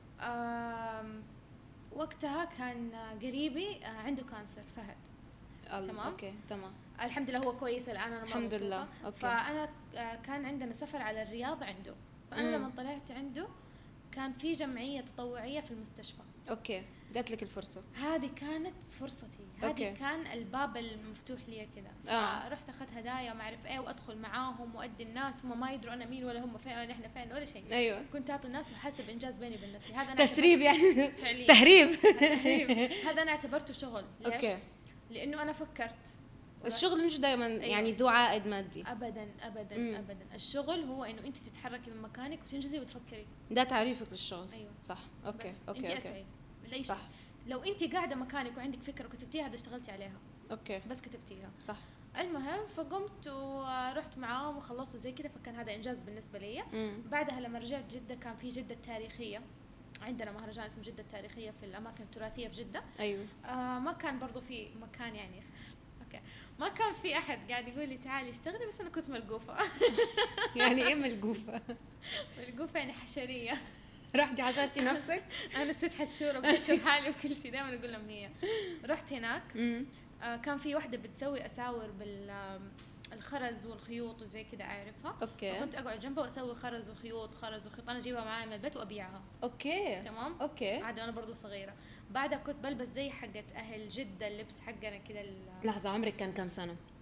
وقتها كان قريبي عنده كانسر فهد. تمام اوكي تمام الحمد لله هو كويس الان انا الحمد لله. أوكي. فانا كان عندنا سفر على الرياض عنده فانا مم. لما طلعت عنده كان في جمعيه تطوعيه في المستشفى. اوكي جات لك الفرصه هذه كانت فرصتي هذه كان الباب المفتوح لي كذا. آه. فرحت اخذت هدايا ما اعرف ايه وادخل معاهم وادي الناس هم ما يدروا انا مين ولا هم فين ولا احنا فين ولا شيء. ايوه كنت اعطي الناس وحاسب انجاز بيني وبين نفسي. هذا انا تسريب يعني تهريب. تهريب هذا انا اعتبرته شغل. ليش؟ اوكي. لانه انا فكرت الشغل مش دائما أيوة. يعني ذو عائد مادي ابدا ابدا مم. ابدا. الشغل هو انه انت تتحركي من مكانك وتنجزي وتفكري. ده تعريفك للشغل. ايوه صح. اوكي اوكي انت اوكي اسعي لاي شيء. لو انت قاعده مكانك وعندك فكره وكتبتيها هذا اشتغلتي عليها. اوكي بس كتبتيها. صح. المهم فقمت ورحت معاهم وخلصت زي كذا فكان هذا انجاز بالنسبه لي. بعدها لما رجعت جده كان في جده التاريخيه عندنا مهرجان اسمه جده التاريخيه في الاماكن التراثيه في جده. ايوه. آه ما كان برضو في مكان يعني اوكي ما كان في احد قاعد يقول لي تعالي اشتغلي بس انا كنت ملقوفه. يعني ايه ملقوفه؟ ملقوفه يعني حشريه. رحتي حشرتي نفسك؟ انا ست حشوره بكشر حالي وكل شيء دائما اقول لهم هي. رحت هناك آه كان في واحده بتسوي اساور بالخرز والخيوط وزي كذا اعرفها. اوكي. كنت اقعد جنبها واسوي خرز وخيوط خرز وخيوط انا اجيبها معايا من البيت وابيعها. اوكي تمام. اوكي. عاد انا برضو صغيره. بعدها كنت بلبس زي حقت اهل جده اللبس حقنا كذا. لحظه عمرك كان كم سنه؟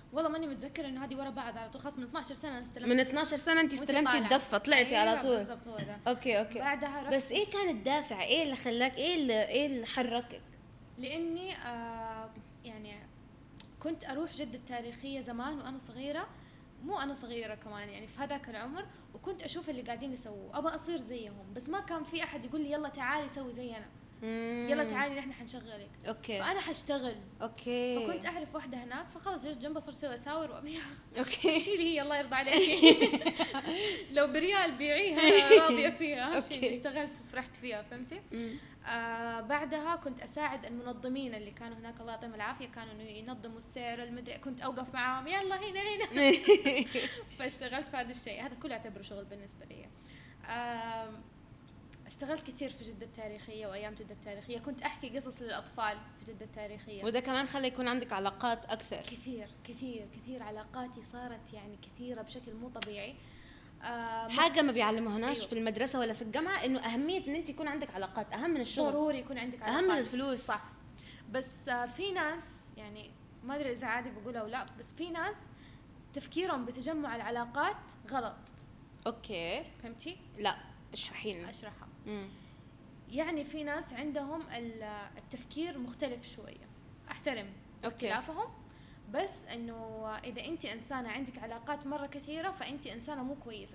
والله ماني متذكره انه هذه ورا بعض على طول، خلاص من اثنا عشر سنه انا استلمت. من اثنا عشر سنه انت وأنت استلمتي طالعة. الدفه طلعتي على أيوة طول. بالضبط هو ده. اوكي اوكي. بعدها رحت بس ايه كان الدافع؟ ايه اللي خلاك، ايه اللي ايه اللي حركك؟ لاني آه يعني كنت اروح جدة التاريخيه زمان وانا صغيره، مو انا صغيره كمان يعني في هذاك العمر، وكنت اشوف اللي قاعدين يسووا ابى اصير زيهم، بس ما كان في احد يقول لي يلا تعالي سوي زينا، يلا تعالي نحن حنشغلك. اوكي. فانا حشتغل. اوكي. فكنت اعرف واحده هناك، فخلص جيت جنبها صرت اسوي اساور وابيعها. اوكي. شيلي هي الله يرضى عليكي. لو بريال بيعيها راضيه فيها. اهم شيء اشتغلت وفرحت فيها، فهمتي؟ آه بعدها كنت اساعد المنظمين اللي كانوا هناك الله يعطيهم العافيه، كانوا ينظموا السير المدري، كنت اوقف معاهم يلا هنا هنا. فاشتغلت في هذا الشيء، هذا كله اعتبره شغل بالنسبه لي. آه اشتغلت كثير في جدة التاريخية وأيام جدة التاريخية، كنت أحكي قصص للأطفال في جدة التاريخية، وده كمان خلى يكون عندك علاقات أكثر. كثير كثير كثير علاقاتي صارت يعني كثيرة بشكل مو طبيعي. آه حاجة ما بيعلموهناش أيوه. في المدرسة ولا في الجامعة، إنه أهمية إن أنت يكون عندك علاقات أهم من الشغل. ضروري يكون عندك علاقات، أهم من الفلوس. صح. بس آه في ناس يعني ما أدري إذا عادي بقولها ولا، بس في ناس تفكيرهم بتجمع العلاقات غلط. أوكي. فهمتي؟ لا اشرحي لنا. أشرحها. مم. يعني في ناس عندهم التفكير مختلف شوية، احترم اختلافهم، بس انه اذا انت انسانة عندك علاقات مرة كثيرة فانت انسانة مو كويسة.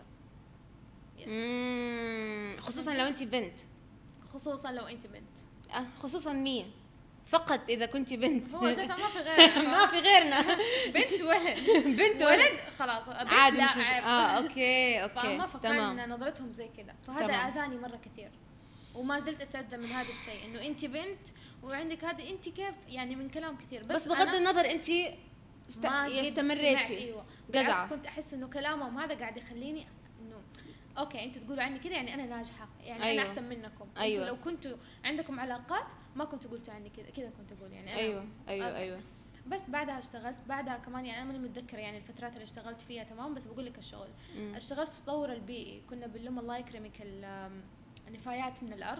مم. خصوصا لو انت بنت. خصوصا لو انت بنت. أه خصوصا مين؟ فقط اذا كنت بنت. هو اساسا ما في غيرنا. ما في غيرنا. بنت ولد. بنت ولد خلاص بنت عادي لا مش مش... اه اوكي اوكي فما فكان نظرتهم زي كذا، فهذا تمام. اذاني مرة كثير وما زلت اتأذى من هذا الشيء، انه انت بنت وعندك هذا، انت كيف يعني من كلام كثير. بس, بس بغض النظر انت است... استمريتي ايوه جدعة. كنت احس انه كلامهم هذا قاعد يخليني انه اوكي انت تقولوا عني كذا يعني انا ناجحه، يعني أيوة. انا احسن منكم. أيوة. انتوا لو كنتوا عندكم علاقات ما كنتوا قلتوا عني كذا، كذا كنت اقول يعني أنا ايوه ايوه أوكي. ايوه. بس بعدها اشتغلت، بعدها كمان يعني انا ماني متذكره يعني الفترات اللي اشتغلت فيها تمام، بس بقول لك الشغل. مم. اشتغلت في التطور البيئي، كنا بنلم الله يكرمك النفايات من الارض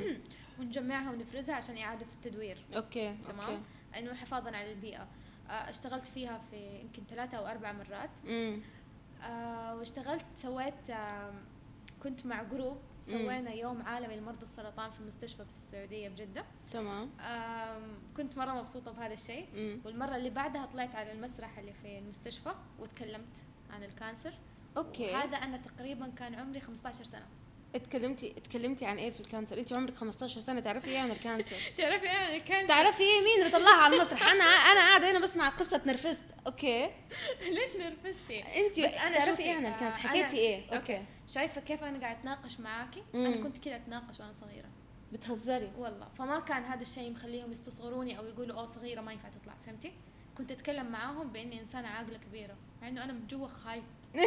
ونجمعها ونفرزها عشان اعاده التدوير. اوكي تمام أوكي. انه حفاظا على البيئه. اشتغلت فيها في يمكن ثلاثة او اربع مرات. امم آه واشتغلت سويت آه كنت مع جروب سوينا يوم عالمي لمرضى السرطان في مستشفى في السعوديه بجده. تمام. آه كنت مره مبسوطه بهذا الشيء. والمره اللي بعدها طلعت على المسرح اللي في المستشفى وتكلمت عن الكانسر. اوكي. هذا انا تقريبا كان عمري خمسة عشر سنه. اتكلمتي اتكلمتي عن ايه في الكانسر؟ انت عمرك خمسة عشر سنه، تعرفي ايه عن الكانسر؟ تعرفي ايه عن الكانسر؟ تعرفي ايه مين اللي طلعها على المسرح؟ انا انا قاعده هنا بسمع قصه نرفزت. اوكي. ليش نرفزتي؟ انت بس انا تعرفي ايه عن الكانسر؟ حكيتي ايه؟ اوكي, أوكي. شايفه كيف انا قاعده اتناقش معاكي؟ مم. انا كنت كذا اتناقش وانا صغيره. بتهزري والله، فما كان هذا الشيء مخليهم يستصغروني او يقولوا اوه صغيره ما ينفع تطلع، فهمتي؟ كنت اتكلم معاهم باني انسانه عاقله كبيره، مع انه انا من جوا خايفه.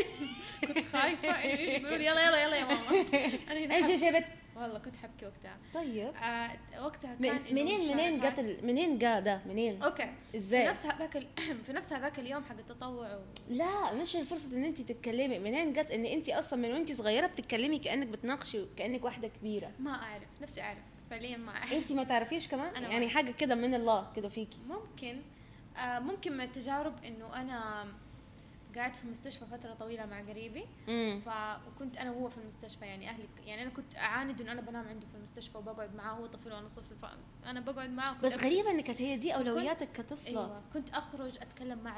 كنت خايفه انه يقولوا لي يلا يلا يلا يا ماما. انا هنا امشي امشي بت. والله كنت حبكي وقتها. طيب آه وقتها كان من منين منين جت منين جا ده منين؟ اوكي ازاي؟ في نفس هذاك ال... في نفس هذاك اليوم حق التطوع و... لا مش الفرصه ان انت تتكلمي. منين جت ان انت اصلا من وانت صغيره بتتكلمي كانك بتناقشي كانك واحده كبيره؟ ما اعرف نفسي اعرف فعليا ما اعرف. انت ما تعرفيش كمان أنا يعني حاجه كده من الله كده فيكي؟ ممكن آه ممكن من التجارب انه انا قعدت في المستشفى فترة طويلة مع قريبي. ف... وكنت أنا وهو في المستشفى، يعني أهلي يعني أنا كنت أعاند إنه أنا بنام عنده في المستشفى وبقعد معاه، هو طفل وأنا طفل، فأنا بقعد معاه. بس غريبة إن كانت هي دي أولوياتك كطفلة. أيوة كنت أخرج أتكلم مع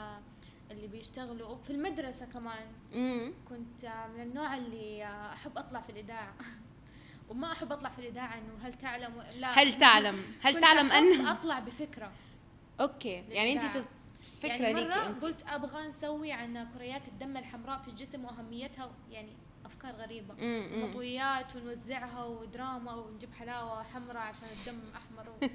اللي بيشتغلوا في المدرسة كمان. مم. كنت من النوع اللي أحب أطلع في الإذاعة. وما أحب أطلع في الإذاعة إنه هل تعلم لا هل تعلم هل تعلم أن أطلع بفكرة. أوكي يعني أنت فكرة يعني مرة ليكي انت. قلت أبغى نسوي عن كريات الدم الحمراء في الجسم وأهميتها، يعني أفكار غريبة، مطويات ونوزعها ودراما ونجيب حلاوة حمراء عشان الدم أحمر و...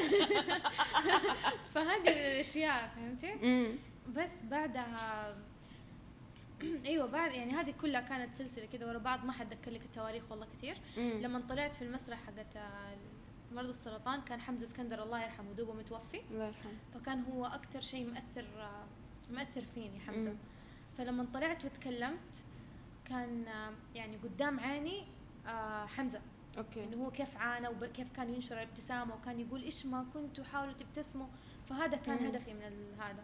فهذه الأشياء فهمتي؟ بس بعدها ايوه بعد يعني هذه كلها كانت سلسله كده ورا بعض، ما حد ذكر لك التواريخ والله كثير. لما طلعت في المسرح حقت مرضى السرطان كان حمزة اسكندر الله يرحمه دوبه متوفي، الله يرحمه، فكان هو اكثر شيء مؤثر مؤثر فيني حمزة. مم. فلما طلعت وتكلمت كان يعني قدام عيني حمزة، اوكي، انه هو كيف عانى وكيف كان ينشر الابتسامه وكان يقول ايش ما كنتوا حاولوا تبتسموا. فهذا كان مم. هدفي من هذا،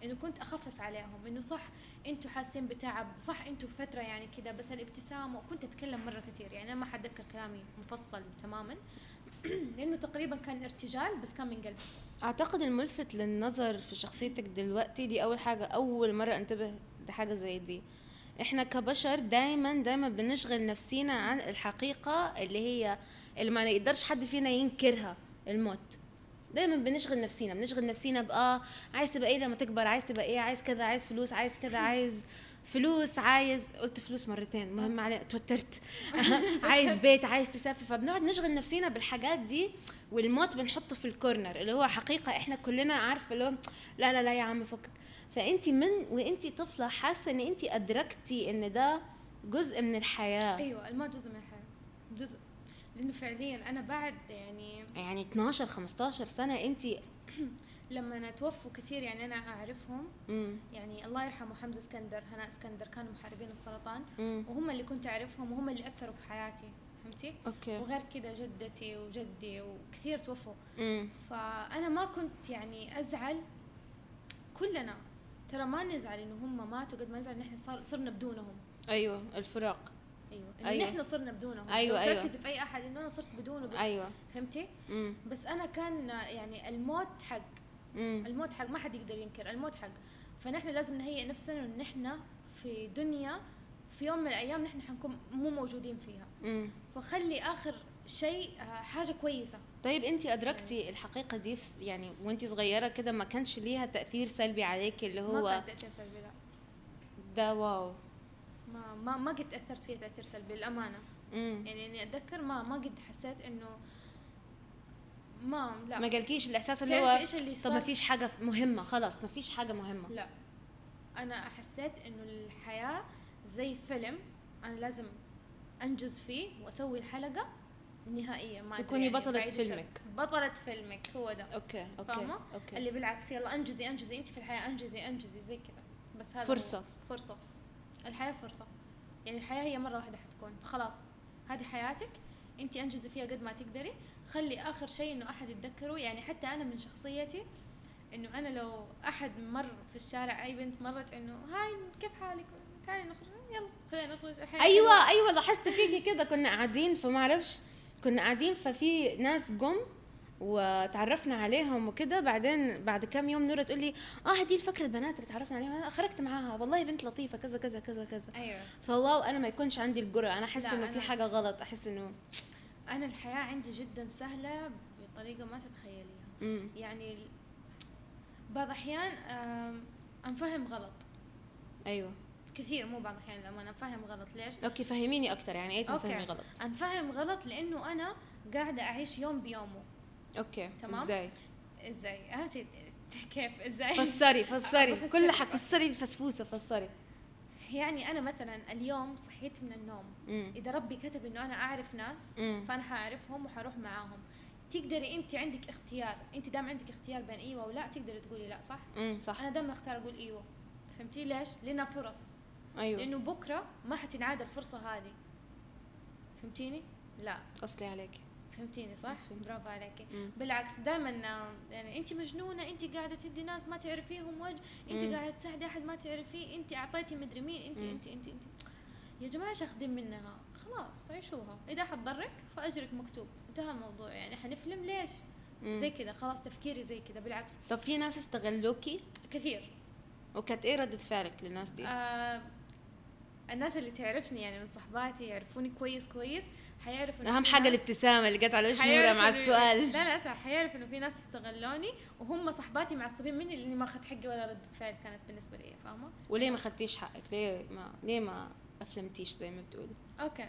انه كنت اخفف عليهم، انه صح انتوا حاسين بتعب، صح انتوا في فتره يعني كذا، بس الابتسامه. وكنت اتكلم مره كثير، يعني انا ما حتذكر كلامي مفصل تماما لانه تقريبا كان ارتجال بس كان من قلبي. اعتقد الملفت للنظر في شخصيتك دلوقتي دي اول حاجه، اول مره انتبه لحاجه زي دي. احنا كبشر دايما دايما بنشغل نفسينا عن الحقيقه اللي هي اللي ما يقدرش حد فينا ينكرها، الموت. دايما بنشغل نفسينا بنشغل نفسينا بقى عايز تبقى ايه لما تكبر، عايز تبقى ايه، عايز كذا، عايز فلوس، عايز كذا، عايز فلوس، عايز قلت فلوس مرتين مهم علي توترت عايز بيت، عايز تسافر. فبنقعد نشغل نفسينا بالحاجات دي، والموت بنحطه في الكورنر اللي هو حقيقة احنا كلنا عارفة اللي هو لا لا لا يا عم فكك. فانتي من وانتي طفلة حاسة ان انتي ادركتي ان ده جزء من الحياة. ايوه الموت جزء من الحياة، جزء، لانه فعليا انا بعد يعني يعني اتناشر خمستاشر سنة انتي لما أنا توفوا كثير، يعني أنا أعرفهم مم. يعني الله يرحمه حمزة اسكندر، هناء اسكندر، كانوا محاربين السرطان مم. وهم اللي كنت أعرفهم وهم اللي أثروا في حياتي، فهمتي؟ اوكي. وغير كده جدتي وجدي وكثير توفوا. مم. فأنا ما كنت يعني أزعل، كلنا ترى ما نزعل إنه هم ماتوا قد ما نزعل إن إحنا صار صرنا بدونهم. ايوه الفراق. ايوه انه أيوة. نحن صرنا بدونهم. أيوة لو أيوة. تركزي في اي احد انه انا صرت بدونه بس. ايوه. فهمتي؟ مم. بس انا كان يعني الموت حق. مم. الموت حق، ما حد يقدر ينكر الموت حق. فنحن لازم نهيئ نفسنا انه نحن في دنيا في يوم من الايام نحن حنكون مو موجودين فيها. مم. فخلي اخر شيء حاجه كويسه. طيب انتي ادركتي الحقيقه دي يعني وانتي صغيره كده ما كانش ليها تاثير سلبي عليك اللي هو ما كان تاثير سلبي لا. ده واو. ما ما ما قد تاثرت فيه تاثير سلبي الامانه. مم. يعني اني اتذكر ما ما قد حسيت انه ما لا ما جالكيش الاحساس اللي تعرفي هو إيش اللي طب صار؟ ما فيش حاجه مهمه، خلاص ما فيش حاجه مهمه. لا انا حسيت انه الحياه زي فيلم انا لازم انجز فيه واسوي الحلقه النهائيه، ما أدري تكوني يعني بطلة بعيد فيلمك. الشر. بطلة فيلمك هو ده. اوكي اوكي فاهمة؟ اوكي. اللي بالعكس يلا انجزي انجزي انت في الحياه، انجزي انجزي زي كذا. بس هذا فرصة. هو. فرصه. الحياه فرصه، يعني الحياه هي مره واحده حتكون، فخلاص هذه حياتك انت انجزي فيها قد ما تقدري. خلي اخر شيء انه احد يتذكره. يعني حتى انا من شخصيتي انه انا لو احد مر في الشارع اي بنت مرت انه هاي كيف حالك تعالي نخرج يلا خلينا نخرج الحين. ايوه ايوه لاحظت فيكي كده. كنا قاعدين فما اعرفش كنا قاعدين ففي ناس جم وتعرفنا عليهم وكده. بعدين بعد كام يوم نورة تقول لي اه هدي الفكره البنات اللي تعرفنا عليها خرجت معاها والله بنت لطيفه كذا كذا كذا كذا. ايوه فواو انا ما يكونش عندي الجرأة، انا احس انه في أنا- حاجه غلط، احس انه انا الحياه عندي جدا سهله بطريقه ما تتخيليها. امم يعني بعض احيان آم، انفهم غلط ايوه كثير، مو بعض احيان لما انا انفهم غلط. ليش؟ اوكي فهميني اكتر يعني ايه أوكي. تفهمي غلط. انفهم غلط لانه انا قاعده اعيش يوم بيومه. اوكي تمام؟ ازاي؟ ازاي؟ اهم شيء كيف ازاي؟ فسري فسري بفسر. كل حاجه فسري الفسفوسه فسري. يعني انا مثلا اليوم صحيت من النوم، امم اذا ربي كتب انه انا اعرف ناس امم فانا حاعرفهم وحروح معاهم. تقدري انت عندك اختيار، انت دام عندك اختيار بين ايوه ولا تقدري تقولي لا، صح؟ امم صح. انا دائما اختار اقول ايوه. فهمتي ليش؟ لنا فرص. ايوه لانه بكره ما حتنعاد الفرصه هذه. فهمتيني؟ لا اصلي عليكي. فهمتيني صح؟ فهمت. برافو عليكي. مم. بالعكس دائما يعني انت مجنونه، انت قاعده تدي ناس ما تعرفيهم وجه، انت مم. قاعده تساعدي احد ما تعرفيه، انت اعطيتي مدري مين، انت مم. انت انت انت يا جماعه ايش اخذين منها؟ خلاص عيشوها، اذا حتضرك فاجرك مكتوب، انتهى الموضوع. يعني حنفلم ليش؟ مم. زي كذا خلاص تفكيري زي كذا. بالعكس طب في ناس استغلوكي كثير. وكانت ايه ردة فعلك للناس دي؟ آه الناس اللي تعرفني يعني من صحباتي يعرفوني كويس كويس حيعرفوا إنه اهم في حاجه ناس- الابتسامه اللي جت على وش نوره حيعرف مع إنه- السؤال. لا لا صح، حيعرف انه في ناس استغلوني وهم صحباتي معصبين مني لاني ما اخذت حقي ولا ردة فعل كانت بالنسبه لي، فاهمه؟ وليه ما خدتيش حقك؟ ليه ما ليه ما افلمتيش زي ما بتقولي؟ اوكي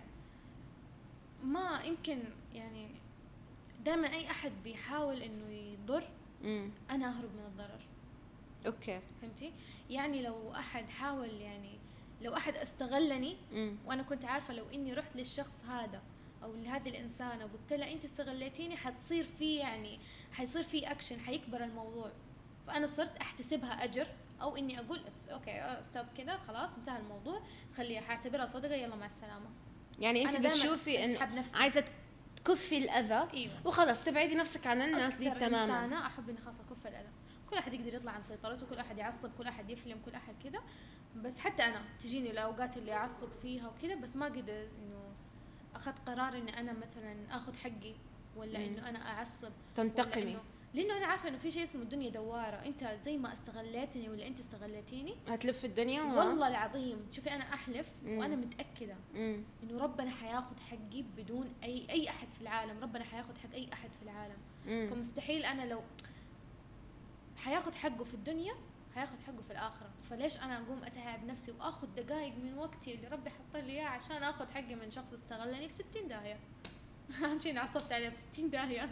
ما يمكن يعني دائما اي احد بيحاول انه يضر امم انا اهرب من الضرر. اوكي. فهمتي؟ يعني لو احد حاول يعني لو احد استغلني امم وانا كنت عارفه لو اني رحت للشخص هذا او لهذه الانسانه وقلت لها انت استغليتيني حتصير في يعني حيصير في اكشن، حيكبر الموضوع. فانا صرت احتسبها اجر او اني اقول اوكي ستوب كذا خلاص انتهى الموضوع، خليها حاعتبرها صدقه يلا مع السلامه. يعني انت أنا دايماً بتشوفي أسحب ان نفسي. عايزه تكفي الاذى ايوه وخلاص تبعدي نفسك عن الناس دي أكثر تماما. انسانه احب اني خلاص اكف الاذى. كل احد يقدر يطلع عن سيطرته، كل احد يعصب، كل احد يفلم، كل احد كده. بس حتى انا تجيني الاوقات اللي اعصب فيها وكده، بس ما قدر انه اخذت قرار اني انا مثلا اخذ حقي، ولا مم. انه انا اعصب، تنتقمي، لانه انا عارفه انه في شيء اسمه الدنيا دواره، انت زي ما استغليتني ولا انت استغليتيني هتلف الدنيا و... والله العظيم. شوفي انا احلف مم. وانا متاكده مم. انه ربنا حياخذ حقي بدون اي اي احد في العالم، ربنا حياخذ حق اي احد في العالم. مم. فمستحيل انا لو حياخذ حقه في الدنيا حياخذ حقه في الاخره، فليش انا اقوم اتعب نفسي واخذ دقائق من وقتي اللي ربي حط لي اياه عشان اخذ حقي من شخص استغلني في ستين داهيه. اهم شيء عصبت عليه في ستين داهيه.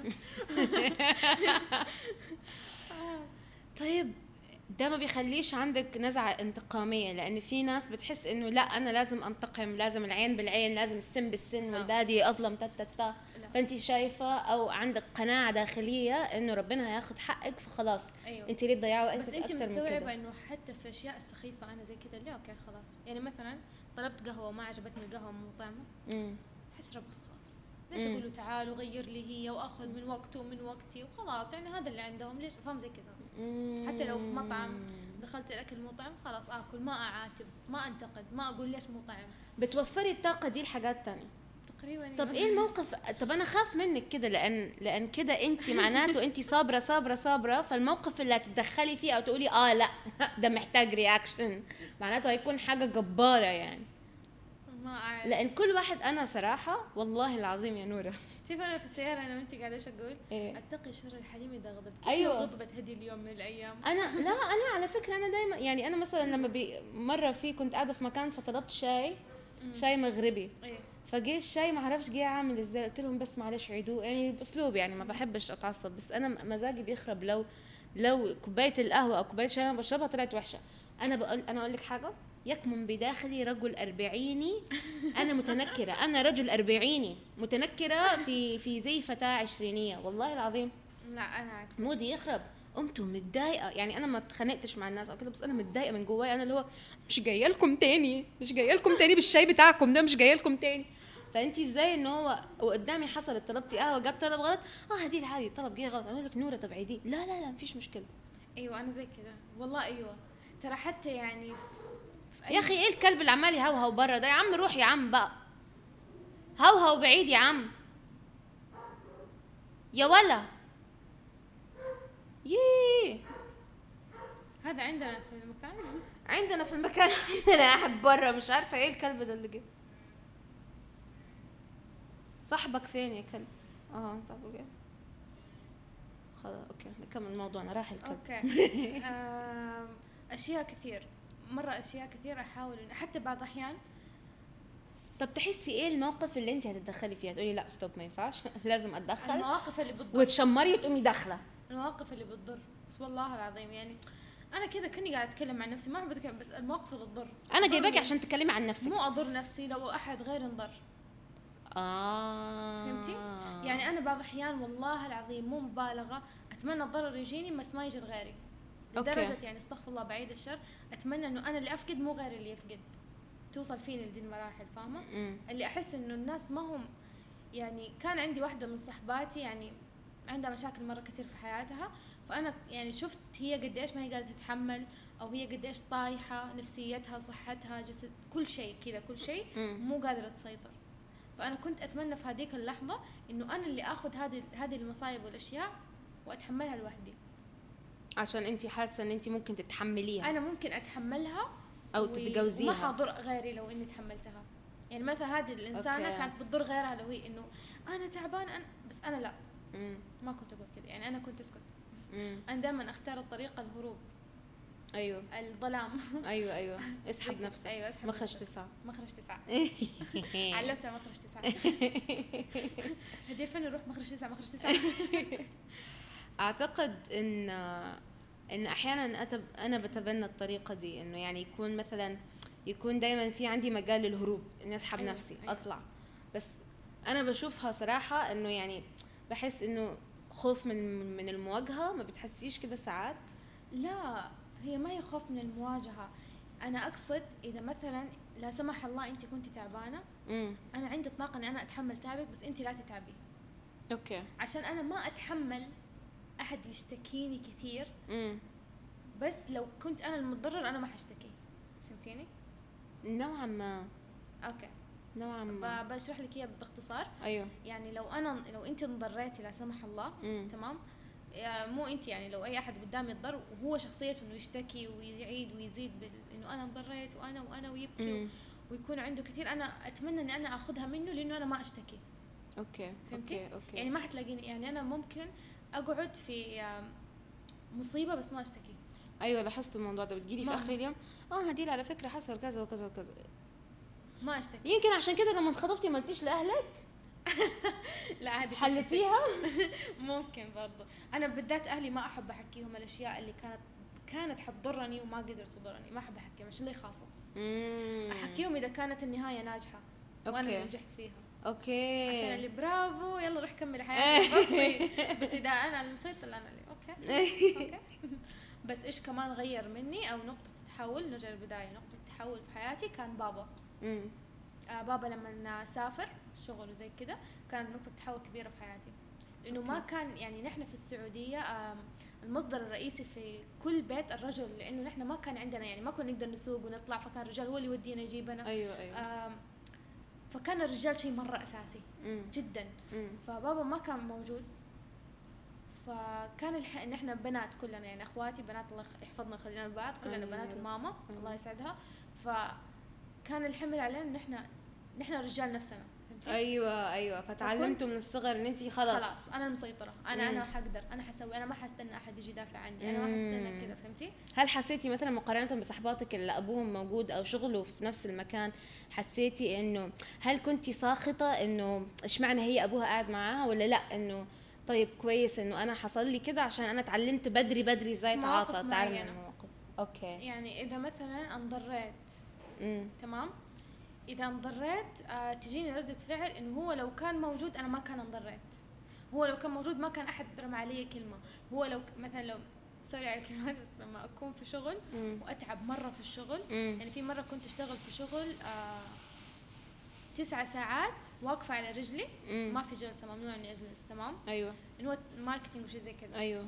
طيب ده ما بيخليش عندك نزعة انتقامية؟ لأن في ناس بتحس إنه لا أنا لازم أنتقم، لازم العين بالعين، لازم السن بالسن، والبادي أظلم تتتا. فأنت شايفة أو عندك قناعة داخلية إنه ربنا هياخد حقك، فخلاص أيوة. أنت ليه تضيعي وقتك بس أنت أكتر من كده؟ مستوعبة إنه حتى في أشياء السخيفة أنا زي كده ليه أوكي خلاص. يعني مثلا طلبت قهوة وما عجبتني القهوة مو طعمة، امم حشربها خلاص. ليش أقول له تعال وغير لي هي وأخذ من وقته ومن وقتي وخلاص؟ يعني هذا اللي عندهم، ليش أفهم زي كده؟ حتى لو في مطعم دخلت الأكل مو طعم خلاص آكل، ما أعاتب، ما أنتقد، ما أقول ليش مو طعم. بتوفري الطاقة دي لحاجات تانية تقريبا. طب ايه الموقف؟ طب انا خاف منك كده، لان لان كده انت معناته انت صابره صابره صابره، فالموقف اللي هتتدخلي فيه او تقولي اه لا ده محتاج رياكشن معناته هيكون حاجه جباره يعني. ما أعرف، لان كل واحد، انا صراحه والله العظيم يا نوره كيف انا في السياره انا وانت قاعده ايش اقول؟ إيه؟ اتقي شر الحليم اذا غضب. كيف أيوة. غضبت هدي اليوم من الايام؟ انا لا انا على فكره انا دايما يعني انا مثلا لما بي مره في كنت قاعده في مكان فطلبت شاي شاي مغربي، ايه فجي الشاي ما اعرفش جه عامل ازاي، قلت لهم بس معلش عيدوه يعني باسلوب، يعني ما بحبش اتعصب، بس انا مزاجي بيخرب لو لو كوبايه القهوه او كوبايه الشاي انا بشربها طلعت وحشه. انا بقول انا اقول لك حاجه، يكمن بداخلي رجل أربعيني، انا متنكره، انا رجل أربعيني متنكره في في زي فتاه عشرينيه والله العظيم. لا انا عكس، مودي يخرب، قمت متضايقه يعني، انا ما اتخانقتش مع الناس او كده، بس انا متضايقه من جوايا، انا اللي هو مش جايه لكم تاني، مش جايه لكم تاني بالشاي بتاعكم ده، مش جايه لكم تاني. فانتي ازاي ان هو وقدامي حصلت طلبتي قهوه جت طلب غلط، اه هدي العادي طلب جه غلط، انا لك نوره طب عيدي، لا لا لا مفيش مشكله. ايوه انا زي كده والله. ايوه ترى حتى يعني يا اخي ايه الكلب اللي عمال يهوهو بره ده؟ يا عم روح يا عم بقى، هوهو بعيد يا عم يا ولا ييه. هذا عندنا في المكان. عندنا في المكان عندنا احد بره، مش عارفه ايه الكلب ده اللي جه. صاحبك فين يا كلب؟ اه صاحبه جه خلاص اوكي نكمل موضوعنا، راح الكلب. اوكي. آم، اشياء كثير مره اشياء كثير احاول إن حتى بعض الاحيان. طب تحسي ايه الموقف اللي انت هتتدخلي فيها تقولي لا ستوب ما ينفعش لازم اتدخل، المواقف اللي بتضر، وتشمري وتقومي داخله؟ المواقف اللي بتضر بس والله العظيم يعني انا كده كني قاعده اتكلم عن نفسي، ما احب اتكلم، بس المواقف اللي تضر انا جايباكي عشان تتكلمي عن نفسك، مو اضر نفسي لو احد غير انضر. اه فهمتي؟ يعني انا بعض الاحيان والله العظيم مو مبالغه اتمنى الضرر يجيني بس ما يجي لغيري، لدرجه يعني استغفر الله بعيد الشر، اتمنى انه انا اللي افقد مو غيري اللي يفقد، توصل فيني لدي المراحل فاهمه؟ مم. اللي احس انه الناس ما هم يعني. كان عندي واحده من صحباتي يعني عندها مشاكل مره كثير في حياتها، فانا يعني شفت هي قديش ما هي قادره تتحمل، او هي قديش طايحه نفسيتها صحتها جسد كل شيء كذا كل شيء مو قادره تسيطر. فانا كنت اتمنى في هذيك اللحظه انه انا اللي اخذ هذه هذه المصايب والاشياء واتحملها لوحدي، عشان انت حاسه ان انت ممكن تتحمليها، انا ممكن اتحملها او و... تتجوزيها، وما حضر غيري لو اني تحملتها. يعني مثلا هذه الانسانه أوكي. كانت بتضر غيرها لو هي انه انا تعبان أنا، بس انا لا مم. ما كنت اقول كذا، يعني انا كنت اسكت. مم. انا دائما اختار الطريقه الهروب، ايوه الظلام. ايوه ايوه اسحب نفسك، ايوه اسحب مخرج نفسك. تسعة مخرج تسعة. علمتها مخرج تسعة. هدي الفن نروح مخرج تسعة مخرج تسعة. اعتقد ان ان احيانا أتب... انا بتبنى الطريقه دي، انه يعني يكون مثلا يكون دايما في عندي مجال للهروب، اني اسحب أيوة. نفسي أيوة. اطلع، بس انا بشوفها صراحه انه يعني بحس انه خوف من من المواجهه، ما بتحسيش كده ساعات؟ لا هي ما هي خوف من المواجهه، انا اقصد اذا مثلا لا سمح الله انت كنتي تعبانه، امم انا عندي طاقه ان انا اتحمل تعبك بس انت لا تتعبي، اوكي عشان انا ما اتحمل احد يشتكيني كثير امم بس لو كنت انا المتضرر انا ما حشتكي. فهمتيني؟ نوعا ما. اوكي نوعا ما. ب- بشرح لك اياها باختصار. ايوه. يعني لو انا لو انت انضريتي لا سمح الله، مم. تمام، يا مو انت، يعني لو اي احد قدامي اتضر وهو شخصيته انه يشتكي ويعيد ويزيد بال... انه انا انضريت وانا وانا ويبكي مم. ويكون عنده كثير، انا اتمنى اني انا اخذها منه لانه انا ما اشتكي. اوكي. فهمتي؟ اوكي اوكي. يعني ما حتلاقيني، يعني انا ممكن اقعد في آم، مصيبه بس ما اشتكي. ايوه لاحظت الموضوع ده، بتجيلي في ما- اخر اليوم اه هديل على فكره حصل كذا وكذا وكذا. ما اشتكي. يمكن عشان كده لما انخطفتي ما قلتيش لاهلك، لا هذه حلتيها. ممكن برضو. انا بالذات اهلي ما احب احكيهم الاشياء اللي كانت كانت حتضرني وما قدرت تضرني، ما احب احكيهم عشان لا يخافوا. امم احكيهم اذا كانت النهايه ناجحه وانا أوكي. اللي نجحت فيها، اوكي عشان اللي برافو يلا روح كملي حياتك. بسيط. بس اذا انا المسيطر انا اللي اوكي اوكي. بس ايش كمان غير مني او نقطه تحول، نرجع للبدايه، نقطه تحول في حياتي كان بابا. امم آه بابا لما سافر شغل وزي كده كانت نقطه تحول كبيره في حياتي، لانه ما أوكي. كان يعني نحن في السعوديه آم، المصدر الرئيسي في كل بيت الرجل، لانه نحن ما كان عندنا يعني ما كنا نقدر نسوق ونطلع، فكان الرجال هو اللي يودينا يجيبنا. ايوه ايوه. آم، فكان الرجال شيء مره اساسي امم جدا. امم فبابا ما كان موجود، فكان الح... نحن بنات كلنا، يعني اخواتي بنات الله يخ- يحفظنا ويخلينا لبعض، كلنا آمين بنات يا رب. وماما آمين. الله يسعدها. فكان الحمل علينا ان احنا نحن رجال نفسنا. فهمتي؟ ايوه ايوه. فتعلمتوا فكنت- من الصغر ان انت خلاص خلاص انا المسيطره، انا مم. انا حقدر، انا حسوي، انا ما حستنى احد يجي يدافع عني، انا ما مم. حستنى كذا. فهمتي؟ هل حسيتي مثلا مقارنة بصحباتك اللي أبوهم موجود أو شغله في نفس المكان، حسيتي إنه هل كنتي ساخطة إنه إشمعنى هي أبوها قاعد معاها، ولا لأ إنه طيب كويس إنه أنا حصل لي كذا عشان أنا تعلمت بدري بدري إزاي مواقف أتعاطى أتعامل مع معينة. المواقف؟ أوكي. يعني اذا مثلا انضريت، امم تمام، اذا انضريت آه تجيني ردة فعل انه هو لو كان موجود انا ما كان انضريت، هو لو كان موجود ما كان احد رمى علي كلمة، هو لو ك- مثلا لو سوري على الكلمات بس لما اكون في شغل واتعب مرة في الشغل، امم يعني في مرة كنت اشتغل في شغل آه تسعة ساعات واقفة على رجلي، ما في جلسة، ممنوع اني اجلس، تمام، أيوه انه هو ماركتينج وشي زي كذا. أيوه.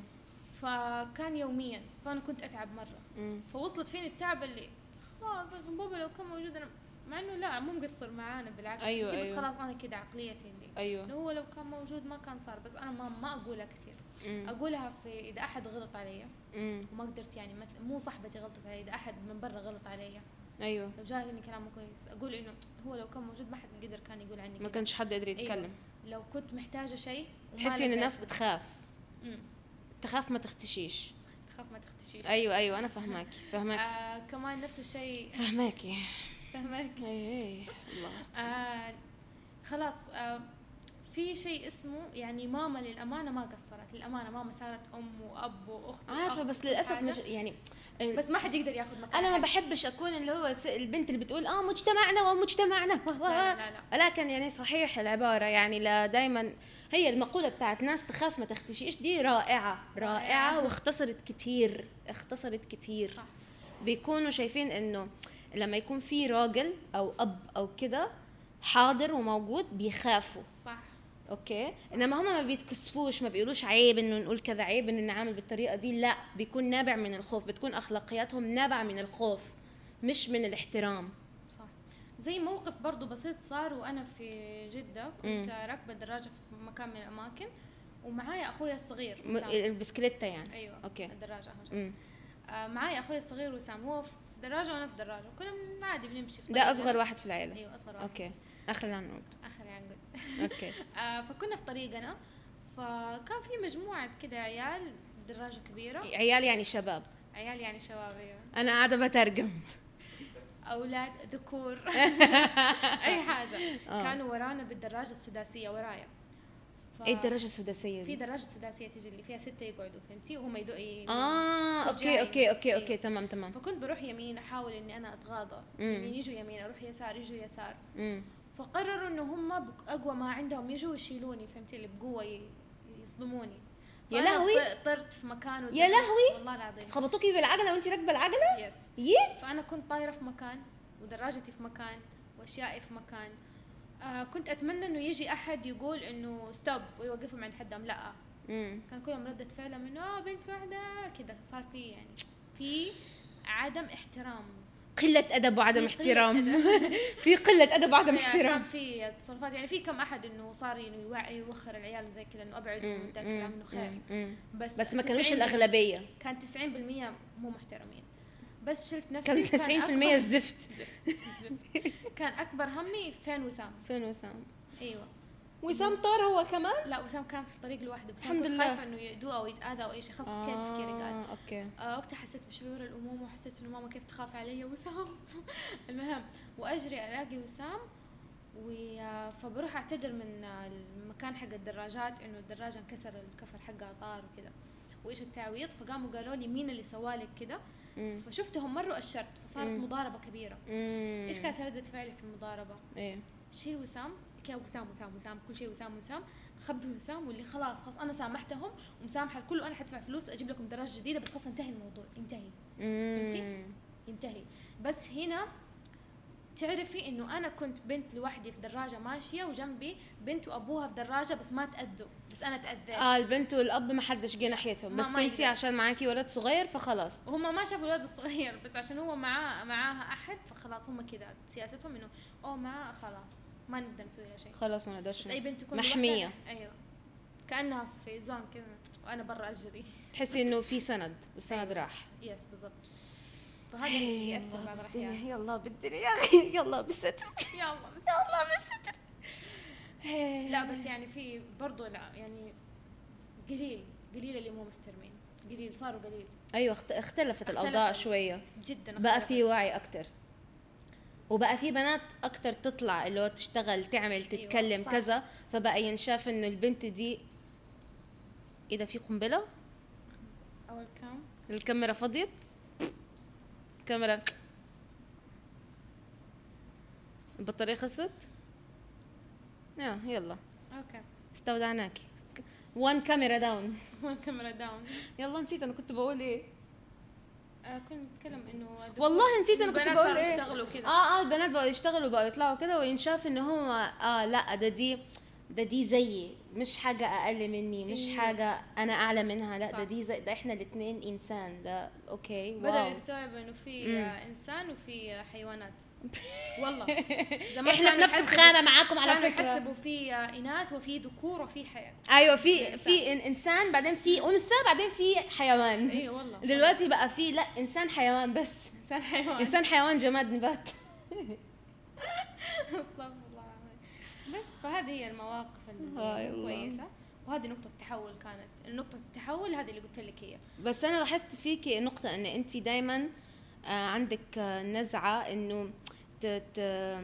فكان يوميا، فانا كنت اتعب مرة، امم فوصلت فيني التعب اللي خلاص يا أخي بابا لو كان موجود انا، مع انه لا مو مقصر معانا بالعكس. أيوة أنت بس أيوة. خلاص انا كده عقليتي اللي أيوه. لو هو لو كان موجود ما كان صار. بس انا ما ما اقولها كثير، امم اقولها في اذا احد غلط علي امم وما قدرت، يعني مثلا مو صاحبتي غلطت علي، اذا احد من برا غلط علي أيوه. لو جاني كلام مو كويس اقول انه هو لو كان موجود ما حد قدر كان يقول عني ما كده. كانش حد قادر يتكلم. لو كنت محتاجة شيء وما تحسي إن لقيت- الناس بتخاف أمم، تخاف ما تختشيش. تخاف ما تختشيش. أيوه أيوه أنا فهماكي فهماكي آه كمان نفس الشيء. فهماكي. فهمك؟ اي اي الله. آه خلاص آه في شيء اسمه يعني ماما للأمانة ما قصرت، للأمانة ماما صارت أم وأب وأخت عارفه وأخ بس وكل للاسف حاجة. مش يعني بس ما حد يقدر ياخذ مكان انا ما حد. بحبش اكون اللي هو س- البنت اللي بتقول اه مجتمعنا ومجتمعنا لا لا لا, لا. لكن يعني صحيح العباره، يعني لا دائما هي المقوله بتاعت ناس تخاف ما تختشيش دي رائعه رائعه رائعة. واختصرت كتير اختصرت كتير. صح. بيكونوا شايفين انه لما يكون في راجل او اب او كده حاضر وموجود بيخافوا. صح. اوكي، انما هم ما بيتكسفوش، ما بيقولوش عيب انه نقول كذا، عيب انه نعامل بالطريقه دي، لا بيكون نابع من الخوف، بتكون اخلاقياتهم نابعه من الخوف مش من الاحترام. صح. زي موقف برضو بسيط صار وانا في جدة، كنت راكبة دراجة في مكان من الاماكن ومعايا اخويا الصغير م- وسام. البسكليتة يعني. ايوه اوكي. الدراجة أهم شيء. امم آه معايا اخويا الصغير وسام، هو في دراجة وانا في دراجة، كنا من- عادي بنمشي في ده طريقنا. اصغر واحد في العيله. ايوه اصغر واحد. اوكي، اخر العنقود. اخر عنقود. اوكي. آه فكنا في طريقنا، فكان في مجموعة كده عيال دراجة كبيرة، عيال يعني شباب، عيال يعني شباب، ايوه انا قاعده بترجم. اولاد ذكور اي حاجة. آه. كانوا ورانا بالدراجة السداسية ورايا. ف... ايه الدراجه السداسيه في دي؟ دراجة سداسية تيجي اللي فيها ستة يقعدوا، فهمتي، وهم يدقوا ي... اه اوكي اوكي اوكي اوكي تمام تمام. فكنت بروح يمين احاول اني انا اتغاضى، مم. يمين يجوا يمين، اروح يسار يجوا يسار. امم فقرروا انه هم بق- اقوى ما عندهم يجوا ويشيلوني، فهمتي، اللي بقوه ي- يصدموني. يا فأنا لهوي. ط- طرت في مكان يا ودخلت- لهوي. والله العظيم. خبطوكي بالعجله وانت راكبه العجله؟ يس. يي. فانا كنت طايره في مكان ودراجتي في مكان واشيائي في مكان. آه كنت اتمنى انه يجي احد يقول انه ستوب ويوقفهم عند حدهم، لا امم كان كلهم ردة فعلهم انه اه بنت واحده كذا، صار في يعني في عدم احترام، قلة أدب وعدم في قلة احترام. أدب. في قلة أدب وعدم يعني احترام. كان في تصرفات، يعني في كم احد انه صار انه يوعي يوخر العيال وزي كذا انه ابعد مم، وده مم، كلام انه خير، مم، مم. بس بس ما كانوش تسعين بالمية الأغلبية. كان تسعين بالمية مو محترمين. بس شلت نفسي كان تسعين في المية أكبر- الزفت. كان اكبر همي فين وسام. فين وسام؟ ايوه وسام طار هو كمان؟ لا وسام كان في طريق لوحده، بس الحمد كنت لله. خايفه انه يأذوه او يتاذى او اي شيء، خاصه كذا تفكيري قال. آه، اوكي. آه وقتها حسيت بشعور الامومه وحسيت انه ماما كيف تخاف علي وسام. المهم واجري الاقي وسام و فبروح اعتذر من المكان حق الدراجات انه الدراجه انكسر الكفر حقها طار وكذا وايش التعويض، فقاموا قالوا لي مين اللي سوالك كذا، مم. فشفتهم مروا الشرط فصارت مم. مضاربه كبيره. مم. ايش كانت ردة فعلي في المضاربه؟ ايه شيل وسام كيف وسام وسام وسام كل شيء وسام وسام، خبي وسام واللي خلاص خلاص انا سامحتهم ومسامحه الكل وانا حدفع فلوس اجيب لكم دراجه جديده بس خلاص انتهي الموضوع انتهي مم. ينتهي. بس هنا تعرفي انه انا كنت بنت لوحدي في دراجه ماشيه وجنبي بنت وابوها في دراجه بس ما تاذوا بس انا تاذيت. اه البنت والاب ما حدش جه ناحيتهم، ما- بس ما انتي يقدر. عشان معاكي ولد صغير فخلاص. وهم ما شافوا الولد الصغير بس عشان هو معاه معاها احد فخلاص هم كذا سياستهم انه اوه معاه خلاص ما نقدر نسوي لها شيء. خلاص ما نقدرش. بس اي بنت تكون محمية. لوحدها- ايوه كانها في زون كذا وانا برا اجري. تحسي انه في سند والسند راح. يس بالضبط. فهذا اللي ياثر بعض الاحيان. يلا بالدنيا يا اخي يلا بالستر. يا الله بس يلا بالستر. لا بس يعني في برضو لا يعني قليل قليل اللي مو محترمين، قليل صاروا قليل ايوه اخت- اختلفت اختلفوا. الاوضاع شويه، جدا. بقى اختلفت. في وعي اكتر وبقى في بنات اكتر تطلع اللي هو تشتغل تعمل تتكلم صح. كذا، فبقى ينشاف انه البنت دي ايه ده في قنبله. اول كام الكاميرا فضيت. الكاميرا البطاريه خلصت. يا يلا اوكي استودعناكي. وان كاميرا داون. الكاميرا داون. يلا نسيت انا كنت بقول ايه. آه كنت نتكلم انه دكتور- والله نسيت انا كنت البنات بقول صاروا ايه. يشتغلوا كذا. اه اه البنات بقوا يشتغلوا بقوا يطلعوا كده وينشاف ان هو اه لا ده دي ده دي زيي مش حاجة اقل مني مش إيه. حاجة انا اعلى منها لا صح. ده دي زي ده احنا الاثنين انسان ده اوكي بدأوا واو. يستوعبوا انه في مم. آه انسان وفي آه حيوانات. والله احنا في كانوا نفس يحسبوا- الخانة معاكم على كانوا فكرة. يحسبوا في آه اناث وفي ذكور وفي حياه. ايوه في إنسان. في إن- انسان بعدين في انثى بعدين في حيوان. ايوه والله دلوقتي بقى في لا انسان حيوان بس. انسان حيوان. انسان حيوان جماد نبات. استغفر الله العظيم. بس فهذه هي المواقف هاي الله. الكويسه وهذه نقطه التحول كانت نقطه التحول هذه اللي قلت لك هي. بس انا لاحظت فيكي نقطه ان انت دايما آه عندك آه نزعه انه ت ت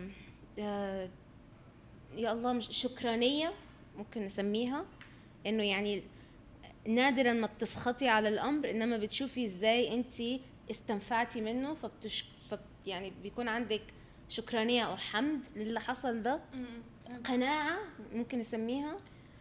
آه يا الله مش شكرانيه ممكن نسميها، انه يعني نادرا ما بتسخطي على الامر انما بتشوفي ازاي انت استنفعتي منه فبتش فب يعني بيكون عندك شكرانيه او حمد للي حصل ده. م-م. قناعه ممكن نسميها.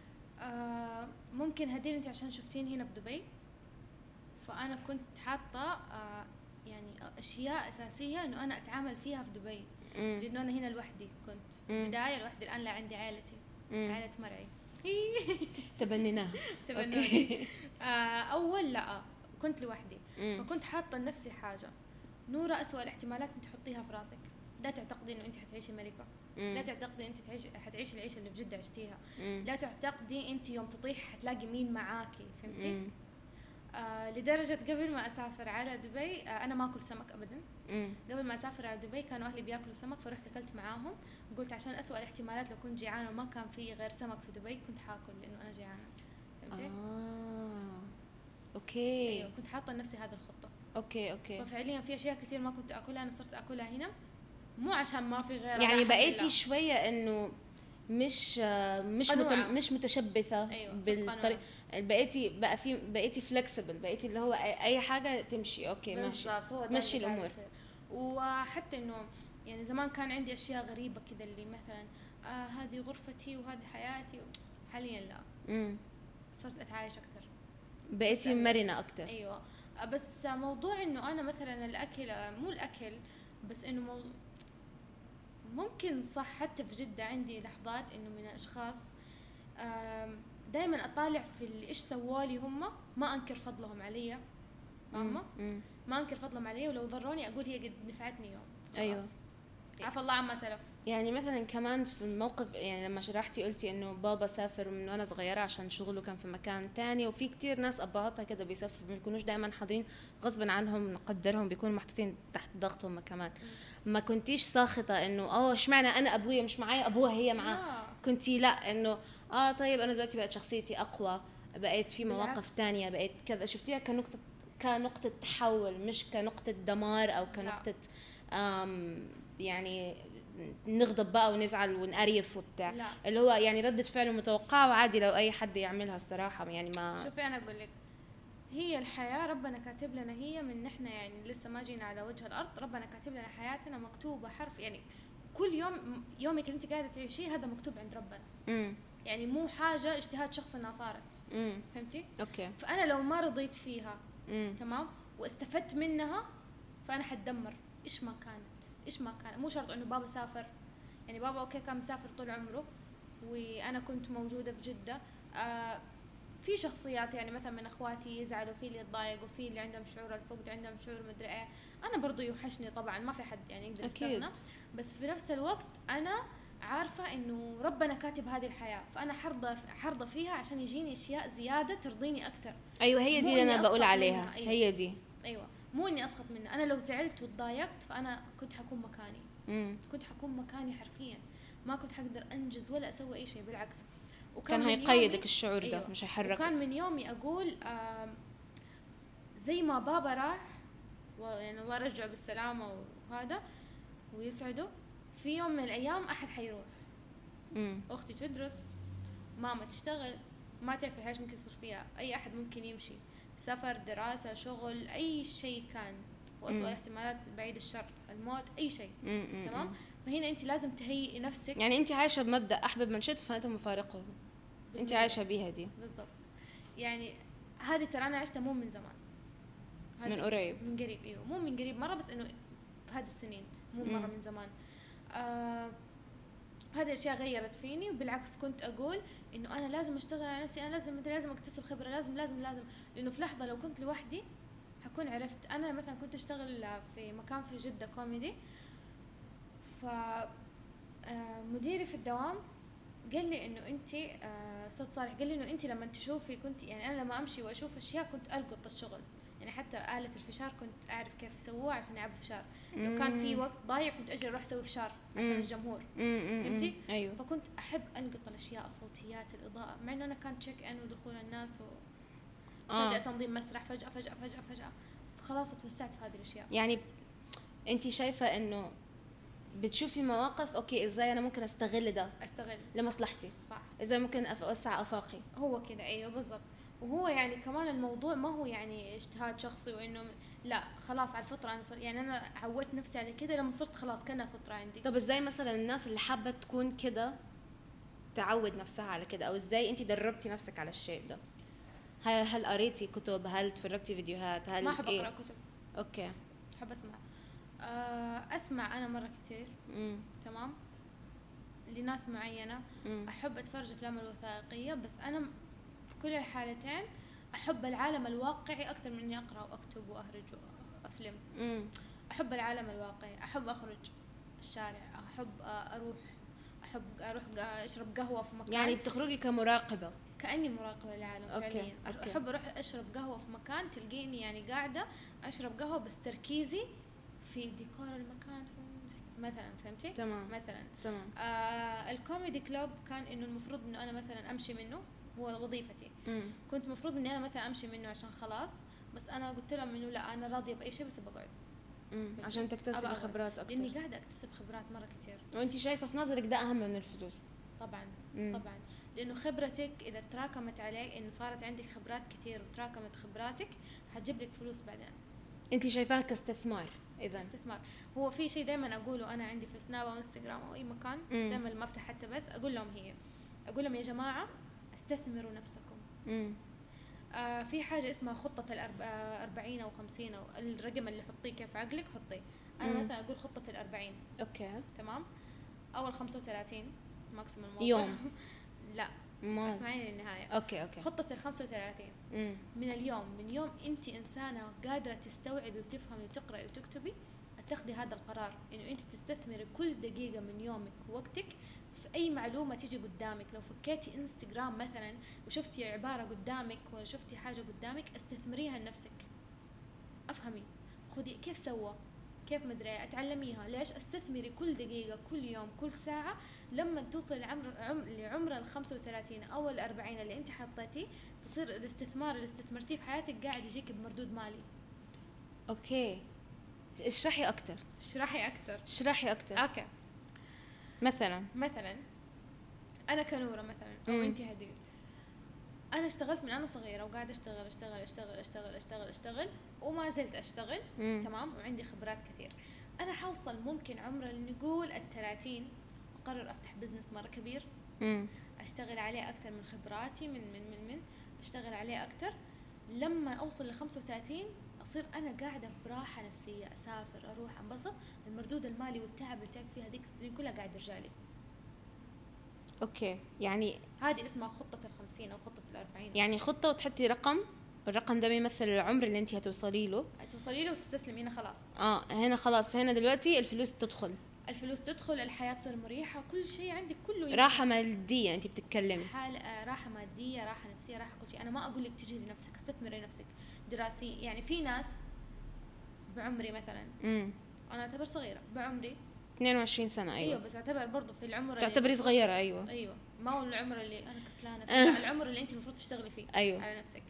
آه ممكن هدير انت عشان شفتين هنا في دبي فانا كنت حاطه آه يعني اشياء اساسيه انه انا اتعامل فيها في دبي مم. لانه انا هنا لوحدي كنت مم. بدايه لوحدي الان لا عندي عائلتي مم. عائله مرعي. تبنيناها. تبنوني. آه اول لا كنت لوحدي مم. فكنت حاطه لنفسي حاجه نورة أسوأ الاحتمالات انت تحطيها في راسك، لا تعتقدي انه انت حتعيشي ملكه، مم. لا تعتقدي انت تعيش حتعيشي العيشه اللي في جده عشتيها، مم. لا تعتقدي انت يوم تطيح حتلاقي مين معاكي فهمتي. مم. آه لدرجه قبل ما اسافر على دبي آه انا ما اكل سمك ابدا. مم. قبل ما اسافر على دبي كانوا اهلي بياكلوا سمك فرحت اكلت معاهم قلت عشان أسوأ الاحتمالات لو كنت جيعانه وما كان في غير سمك في دبي كنت حاكل لانه انا جيعانه فهمتي. آه. اوكي ايوه كنت حاطه لنفسي هذه الخطه. اوكي اوكي ففعليا في اشياء كثير ما كنت اكلها انا صرت اكلها هنا مو عشان ما في غيرها يعني لا، بقيتي الحمد شويه انه مش آه، مش قنوعة. مت... مش متشبثه أيوة، صرت بالطريق. بقيتي بقى في بقيتي فلكسبل بقيتي اللي هو اي أي حاجه تمشي اوكي لله. ماشي. بالضبط هو ده مشي اللي قاعد الأمور. يصير. وحتى انه يعني زمان كان عندي اشياء غريبه كذا اللي مثلا آه هذه غرفتي وهذه حياتي حاليا لا امم صرت اتعايش اكثر. بقيتي صرت- مرنه اكتر. ايوه آه، بس موضوع انه انا مثلا الاكل آه، مو الاكل بس انه مو ممكن صح حتى في جده عندي لحظات انه من الاشخاص دائما اطالع في اللي ايش سووا لي هم ما انكر فضلهم علي فاهمه؟ ما انكر فضلهم علي، ولو ضروني اقول هي قد نفعتني يوم. ايوه عفى الله عما سلف. يعني مثلا كمان في الموقف يعني لما شرحتي قلتي انه بابا سافر من وانا صغيره عشان شغله كان في مكان تاني، وفي كتير ناس ابهاتها كده بيسافروا ما بيكونوش دائما حاضرين غصبا عنهم، نقدرهم بيكونوا محطوطين تحت ضغط هم كمان. ما كنتيش ساخطه انه اه اشمعنى انا ابويا مش معايا ابوها هي معاه؟ كنتي لا انه اه طيب انا دلوقتي بقت شخصيتي اقوى، بقيت في مواقف بالعكس. تانية بقيت كذا، شفتيها كنقطه كنقطه تحول مش كنقطه دمار او كنقطه آم يعني نغضب بقى ونزعل ونقريف وبتاع لا. اللي هو يعني ردة فعل متوقعة وعادي لو أي حد يعملها الصراحة. يعني ما شوفي أنا أقول لك هي الحياة ربنا كاتب لنا، هي من نحن يعني لسه ما جينا على وجه الأرض، ربنا كاتب لنا حياتنا مكتوبة حرف، يعني كل يوم يومك اللي أنت قاعدة تعيشيه هذا مكتوب عند ربنا. م. يعني مو حاجة اجتهاد شخص إنها صارت. م. فهمتي؟ أوكي. فأنا لو ما رضيت فيها م. تمام واستفدت منها فأنا حتدمر إيش ما كانت إيش ما كان. مو شرط إنه بابا سافر، يعني بابا أوكي كان مسافر طول عمره وأنا كنت موجودة في جدة. آه في شخصيات يعني مثلا من أخواتي يزعلوا، في اللي يتضايقوا، في اللي عندهم شعور الفقد، عندهم شعور مدري إيه. أنا برضو يوحشني طبعا، ما في حد يعني يقدر يستغنى، بس في نفس الوقت أنا عارفة إنه ربنا كاتب هذه الحياة، فأنا حرضى حرضى فيها عشان يجيني أشياء زيادة ترضيني أكتر. أيوة هي دي اللي أنا بقول عليها. أيوة. هي دي أيوة مو إني أسخط منه. أنا لو زعلت وتضايقت فأنا كنت حكون مكاني. مم. كنت حكون مكاني حرفيا، ما كنت حقدر أنجز ولا أسوي أي شيء، بالعكس. وكان هيقيدك الشعور ده. أيوة. مش هيحركك. وكان من يومي أقول زي ما بابا راح يعني الله رجعه بالسلامة وهذا ويسعده، في يوم من الأيام أحد حيروح. مم. أختي تدرس، ماما تشتغل، ما تعرف الحياة ممكن يصير فيها، أي أحد ممكن يمشي، سفر، دراسة، شغل، أي شيء كان، وأسوأ الاحتمالات بعيد الشر، الموت، أي شيء. مم. تمام. فهنا أنت لازم تهيئي نفسك. يعني أنت عايشة بمبدأ أحبب من شئت فأنت مفارقه. أنت عايشة بيها دي بالضبط. يعني هذه ترى أنا عشتها مو من زمان، من قريب، من قريب. أيوه مو من قريب مرة، بس إنه في هذه السنين، مو مرة مم. من زمان. آه هذه الأشياء غيرت فيني، وبالعكس كنت أقول إنه أنا لازم أشتغل على نفسي، أنا لازم لازم أكتسب خبرة، لازم لازم لازم لأنه في لحظة لو كنت لوحدي حكون عرفت. أنا مثلا كنت أشتغل في مكان في جدة كوميدي، ف مديري في الدوام قال لي إنه أنت أستاذ صالح قال لي إنه أنت لما تشوفي كنت يعني أنا لما أمشي وأشوف أشياء كنت ألقط الشغل، يعني حتى آلة الفشار كنت أعرف كيف يسووها عشان يعبوا فشار. لو كان في وقت ضايع كنت أجي أروح أسوي فشار عشان الجمهور. فهمتي؟ أيوه. فكنت أحب ألقط الأشياء، الصوتيات، الإضاءة، مع إنه أنا كان تشيك إن ودخول الناس و آه. فجأة تنظيم مسرح، فجأة فجأة فجأة فجأة فخلاص اتوسعت في هذه الأشياء. يعني أنت شايفة إنه بتشوفي مواقف أوكي إزاي أنا ممكن أستغل ده أستغل لمصلحتي، صح، إزاي ممكن أوسع آفاقي. هو كده. أيوه بالضبط. وهو يعني كمان الموضوع ما هو يعني اجتهاد شخصي وإنه لا خلاص على الفطرة. أنا صر يعني أنا عودت نفسي على كده لما صرت خلاص كأنها فطرة عندي. طب إزاي مثلا الناس اللي حابة تكون كده تعود نفسها على كده، أو إزاي أنت دربتي نفسك على الشيء ده؟ هل هل قريتي كتب؟ هل تفرجتي فيديوهات؟ هل ما أحب إيه؟ أقرأ كتب. أوكي. أحب أسمع. أسمع أنا مرة كتير. مم. تمام. لناس معينة. مم. أحب أتفرج أفلام الوثائقية، بس أنا في كل الحالتين أحب العالم الواقعي أكثر من إني أقرأ وأكتب وأهرج وأفلم. مم. أحب العالم الواقعي، أحب أخرج الشارع، أحب أروح أحب أروح أشرب قهوة في مكان. يعني بتخرجي كمراقبة؟ كأني مراقبة للعالم فعليا. أوكي. أحب أروح أشرب قهوة في مكان تلقيني يعني قاعدة أشرب قهوة بس تركيزي في ديكور المكان مثلا. فهمتي؟ تمام. مثلا تمام. آه الكوميدي كلوب كان إنه المفروض إنه أنا مثلا أمشي منه، هو وظيفتي. مم. كنت مفروض إني أنا مثلا أمشي منه عشان خلاص، بس أنا قلت لهم إنه لا أنا راضية بأي شيء بس بقعد. عشان تكتسبي خبرات أكتر. لأني قاعدة أكتسب خبرات مرة كتير. وأنت شايفة في نظرك ده أهم من الفلوس؟ طبعا. مم. طبعا، لأنه خبرتك إذا تراكمت عليك، إنه صارت عندك خبرات كتير وتراكمت خبراتك هتجيب لك فلوس بعدين. أنت شايفاها كاستثمار؟ إذا استثمار. هو في شيء دائما أقوله أنا عندي في سناب أو إنستغرام أو أي مكان، دائما لما أفتح حتى بث أقول لهم هي أقول لهم يا جماعة استثمروا نفسكم. مم. آه في حاجة اسمها خطة الأربعين أو خمسين أو الرقم اللي حطيه كيف عقلك حطيه. أنا مم. مثلا أقول خطة الأربعين. أوكي. تمام. أول خمسة وثلاثين ماكسيمم يوم. لا ما اسمعيني للنهايه. اوكي اوكي خطه ال خمسة وثلاثين امم من اليوم، من يوم انت انسانه قادره تستوعبي وتفهمي وتقراي وتكتبي، تاخدي هذا القرار انه انت تستثمري كل دقيقه من يومك ووقتك في اي معلومه تيجي قدامك. لو فكيتي انستغرام مثلا وشفتي عباره قدامك ولا شفتي حاجه قدامك، استثمريها لنفسك، افهمي، خدي كيف سوى، كيف مدري، اتعلميها. ليش؟ استثمري كل دقيقه، كل يوم، كل ساعه. لما توصل لعمر عمر لعمر ال خمسة وثلاثين او ال أربعين اللي انت حطيتيه، تصير الاستثمار اللي استثمرتيه في حياتك قاعد يجيك بمردود مالي. اوكي، اشرحي اكثر اشرحي اكثر اشرحي اكثر اوكي. مثلا مثلا انا كنورة مثلا او مم. انت هديل، انا اشتغلت من انا صغيره وقاعده اشتغل اشتغل اشتغل اشتغل اشتغل اشتغل وما زلت اشتغل. مم. تمام، وعندي خبرات كثير. انا حوصل ممكن عمر نقول الثلاثين اقرر افتح بزنس مره كبير، امم اشتغل عليه اكثر من خبراتي، من من من من اشتغل عليه اكثر. لما اوصل ل خمسة وثلاثين اصير انا قاعده براحه نفسيه، اسافر، اروح، انبسط. المردود المالي والتعب اللي تعب فيها هذيك السنين كلها قاعد يرجع لي. اوكي، يعني هذه اسمها خطه الخمسين او خطه الأربعين. يعني خطه وتحطي رقم، الرقم ده بيمثل العمر اللي انت هتوصلي له. توصلي له وتستسلمي، هنا خلاص. اه هنا خلاص، هنا دلوقتي الفلوس تدخل، الفلوس تدخل، الحياه تصير مريحه، كل شيء عندك كله يمشي. راحه ماديه انت بتتكلمي. حال آه، راحه ماديه، راحه نفسيه، راحه كل شيء. انا ما اقول لك تجي لنفسك، استثمري نفسك دراسي. يعني في ناس بعمري مثلا، امم انا اعتبر صغيره بعمري اثنين وعشرين سنه. ايوه, ايوه بس اعتبر برضو في العمر اللي تعتبري صغيره. ايوه ايوه ما هو العمر اللي انا كسلانه فيه، لا، العمر اللي انت المفروض تشتغلي فيه ايوه على نفسك.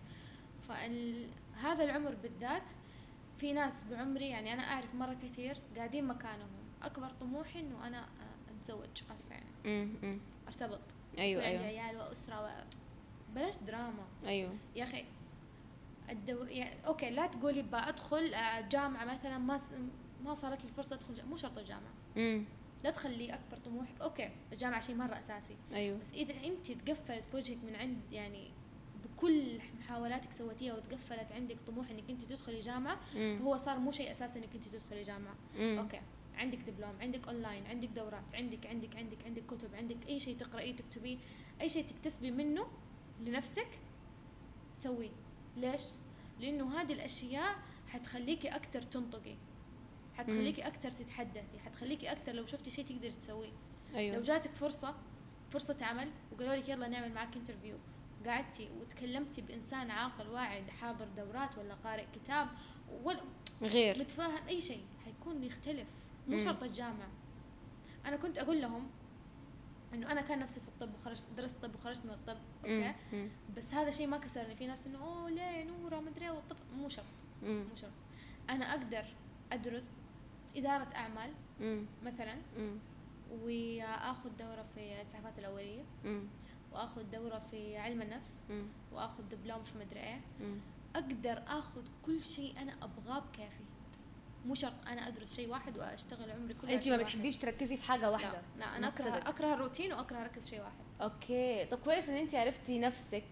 فهذا العمر بالذات في ناس بعمري، يعني انا اعرف مره كثير قاعدين مكانهم. اكبر طموحي انه انا آه، اتزوج، اسفه يعني امم ارتبط، ايوه يكون ايوه عندي عيال واسره و... بلاش دراما ايوه يا اخي. الدور يعني اوكي، لا تقولي بادخل آه، جامعه مثلا، ما س... ما صارت لي الفرصه ادخل جامعة. مو شرط الجامعه، امم لا تخلي اكبر طموحك. اوكي الجامعه شيء مره اساسي، ايوه بس اذا انت تقفلت في وجهك من عند، يعني بكل محاولاتك سويتيها وتقفلت عندك طموح انك انت تدخلي جامعه، مم. فهو صار مو شيء اساسي انك انت تدخلي جامعه. مم. اوكي عندك دبلوم، عندك اونلاين، عندك دورات، عندك عندك عندك عندك كتب، عندك اي شيء تقرايه تكتبيه، اي شيء تكتسبي منه لنفسك سويه. ليش؟ لانه هذه الاشياء حتخليكي اكثر تنطقي، حتخليكي اكثر تتحدثي، حتخليكي اكثر لو شفتي شيء تقدري تسويه. ايوه لو جاتك فرصه فرصه عمل وقالوا لك يلا نعمل معك انترفيو، قعدتي وتكلمتي بانسان عاقل واعي حاضر دورات ولا قارئ كتاب ولا غير متفاهم اي شيء، حيكون يختلف. مو مم. شرط الجامعه. انا كنت اقول لهم انه انا كان نفسي في الطب وخرجت درست طب وخرجت من الطب، اوكي، مم. بس هذا شيء ما كسرني. في ناس انه اوه ليه نوره ما ادري والطب، مو شرط مم. مو شرط. انا اقدر ادرس اداره اعمال مم. مثلا مم. واخذ دوره في الاسعافات الاوليه، مم. واخذ دوره في علم النفس، مم. واخذ دبلوم في مدري ايه. مم. اقدر اخذ كل شيء انا ابغاه بكافي. مو شرط انا ادرس شيء واحد واشتغل عمري كله. انت ما بتحبيش تركزي في حاجه واحده؟ لا, لا انا اكره مقصدك. اكره الروتين واكره اركز في شيء واحد. اوكي، طب كويس ان انت عرفتي نفسك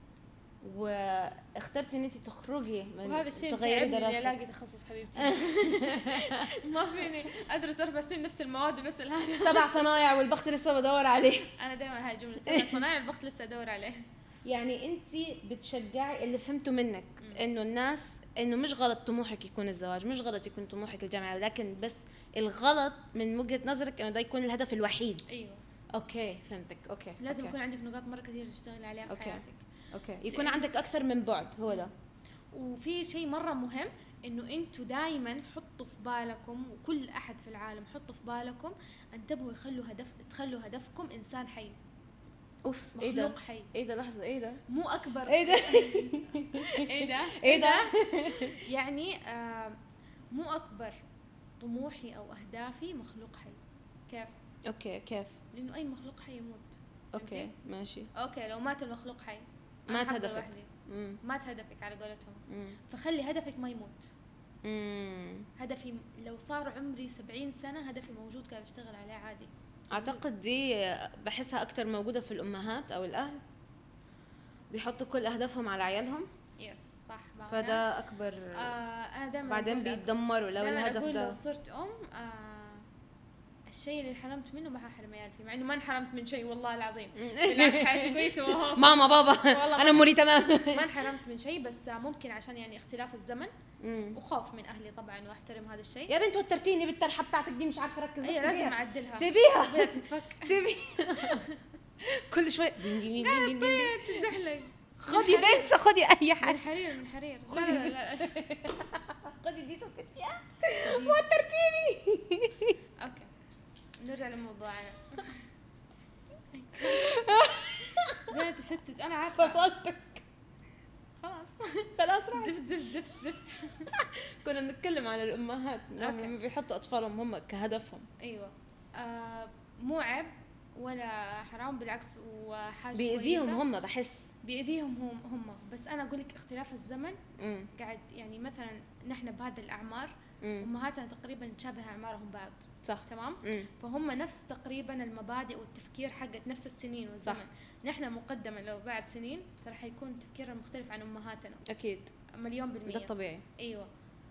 واخترتي ان انت تخرجي من وهذا الشيء تغيري متعبني اني دراستك. الاقي تخصص حبيبتي. ما فيني ادرس اربع سنين نفس المواد ونفس هذا. سبع صنايع والبخت لسه بدور عليه. انا دائما هاي الجمله، سبع صنايع البخت لسه ادور عليه. يعني انت بتشجعي اللي فهمته منك م. انه الناس انه مش غلط طموحك يكون الزواج، مش غلط يكون طموحك الجامعه، لكن بس الغلط من وجهه نظرك انه ده يكون الهدف الوحيد. ايوه اوكي فهمتك. اوكي لازم أوكي. يكون عندك نقاط مره كثير تشتغلي عليها في أوكي. حياتك. اوكي يكون عندك اكثر من بعد، هو ده. وفي شيء مره مهم انه انتوا دائما حطوا في بالكم، وكل احد في العالم حطوا في بالكم، انتبهوا يخلوا هدف تخلوا هدفكم انسان حي، اوف ايه ده مخلوق حي. ايه ده لحظه ايه ده مو اكبر ايه ده ايه ده ايه ده يعني آه مو اكبر طموحي او اهدافي مخلوق حي. كيف؟ اوكي كيف؟ لانه اي مخلوق حي يموت. اوكي فهمتي؟ ماشي. اوكي لو مات المخلوق حي مات أنا هدفك. لوحدي. امم مات هدفك على قولتهم. امم فخلي هدفك ما يموت. امم هدفي لو صار عمري سبعين سنة هدفي موجود قاعد اشتغل عليه عادي. اعتقد دي بحسها اكتر موجوده في الامهات او الاهل، بيحطوا كل اهدافهم على عيالهم. يس صح. فده اكبر. آه انا دائما بعدين بيتدمروا لو دايماً الهدف أقول ده. لو صرت ام آه الشيء اللي انحرمت منه ما ححرم عيال فيه، مع انه ما انحرمت من شيء والله العظيم، بالعكس حياتي كويسه وهو ماما بابا انا اموري تمام. ما انحرمت من شيء، بس ممكن عشان يعني اختلاف الزمن وخوف من اهلي طبعا، واحترم هذا الشيء. يا بنت وترتيني بالطرحه بتاعتك دي، مش عارفه اركز. اي لازم اعدلها، سيبيها بدها تتفك. سيبيها كل شوي تزحلق. خدي بنت، خدي اي حاجه من حرير من حرير. لا لا لا خدي دي سكتيها وترتيني. اوكي نرجع لموضوعنا. لا تشتت انا عارفه. فصلتك خلاص خلاص راح. زفت زفت زفت زفت. كنا بنتكلم عن الامهات لما بيحطوا اطفالهم هم كهدفهم. ايوه آه مو عيب ولا حرام، بالعكس وحاجه بيأذيهم هم، بحس بيأذيهم هم هم بس انا اقول لك اختلاف الزمن مم. قاعد يعني مثلا نحن بهذه الاعمار مم. امهاتنا تقريبا تشابه اعمارهم بعض، صح تمام. مم. فهم نفس تقريبا المبادئ والتفكير حقت نفس السنين والزمن. صح. نحن مقدما لو بعد سنين ترى حيكون تفكيرنا مختلف عن امهاتنا اكيد مليون بالمية، ده الطبيعي. ايوه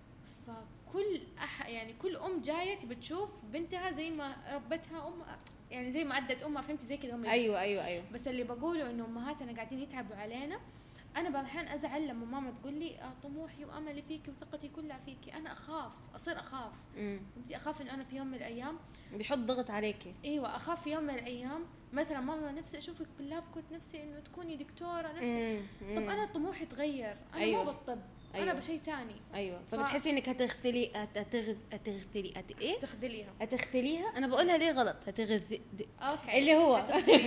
فكل أح يعني كل ام جايه تبي تشوف بنتها زي ما ربتها ام، يعني زي ما ادت امها، فهمتي زي كذا هم. ايوه ايوه ايوه. بس اللي بقوله انه امهاتنا قاعدين يتعبوا علينا. انا بعض الاحيان ازعل لما ماما تقول لي آه طموحي واملي فيكي وثقتي كلها فيكي، انا اخاف اصير اخاف فهمتي، اخاف انه انا في يوم من الايام بيحط ضغط عليكي. ايوه اخاف في يوم من الايام مثلا ماما نفسي اشوفك باللاب، كنت نفسي انه تكوني دكتوره نفسي. طب انا طموحي تغير، انا أيوة. مو بالطب أيوة. انا بشيء ثاني. ايوه فبتحسي انك هتغفلي هتغذ هتغفلي هت ايه تخذليها هتغفليها. انا بقولها ليه غلط؟ هتغذ اوكي اللي هو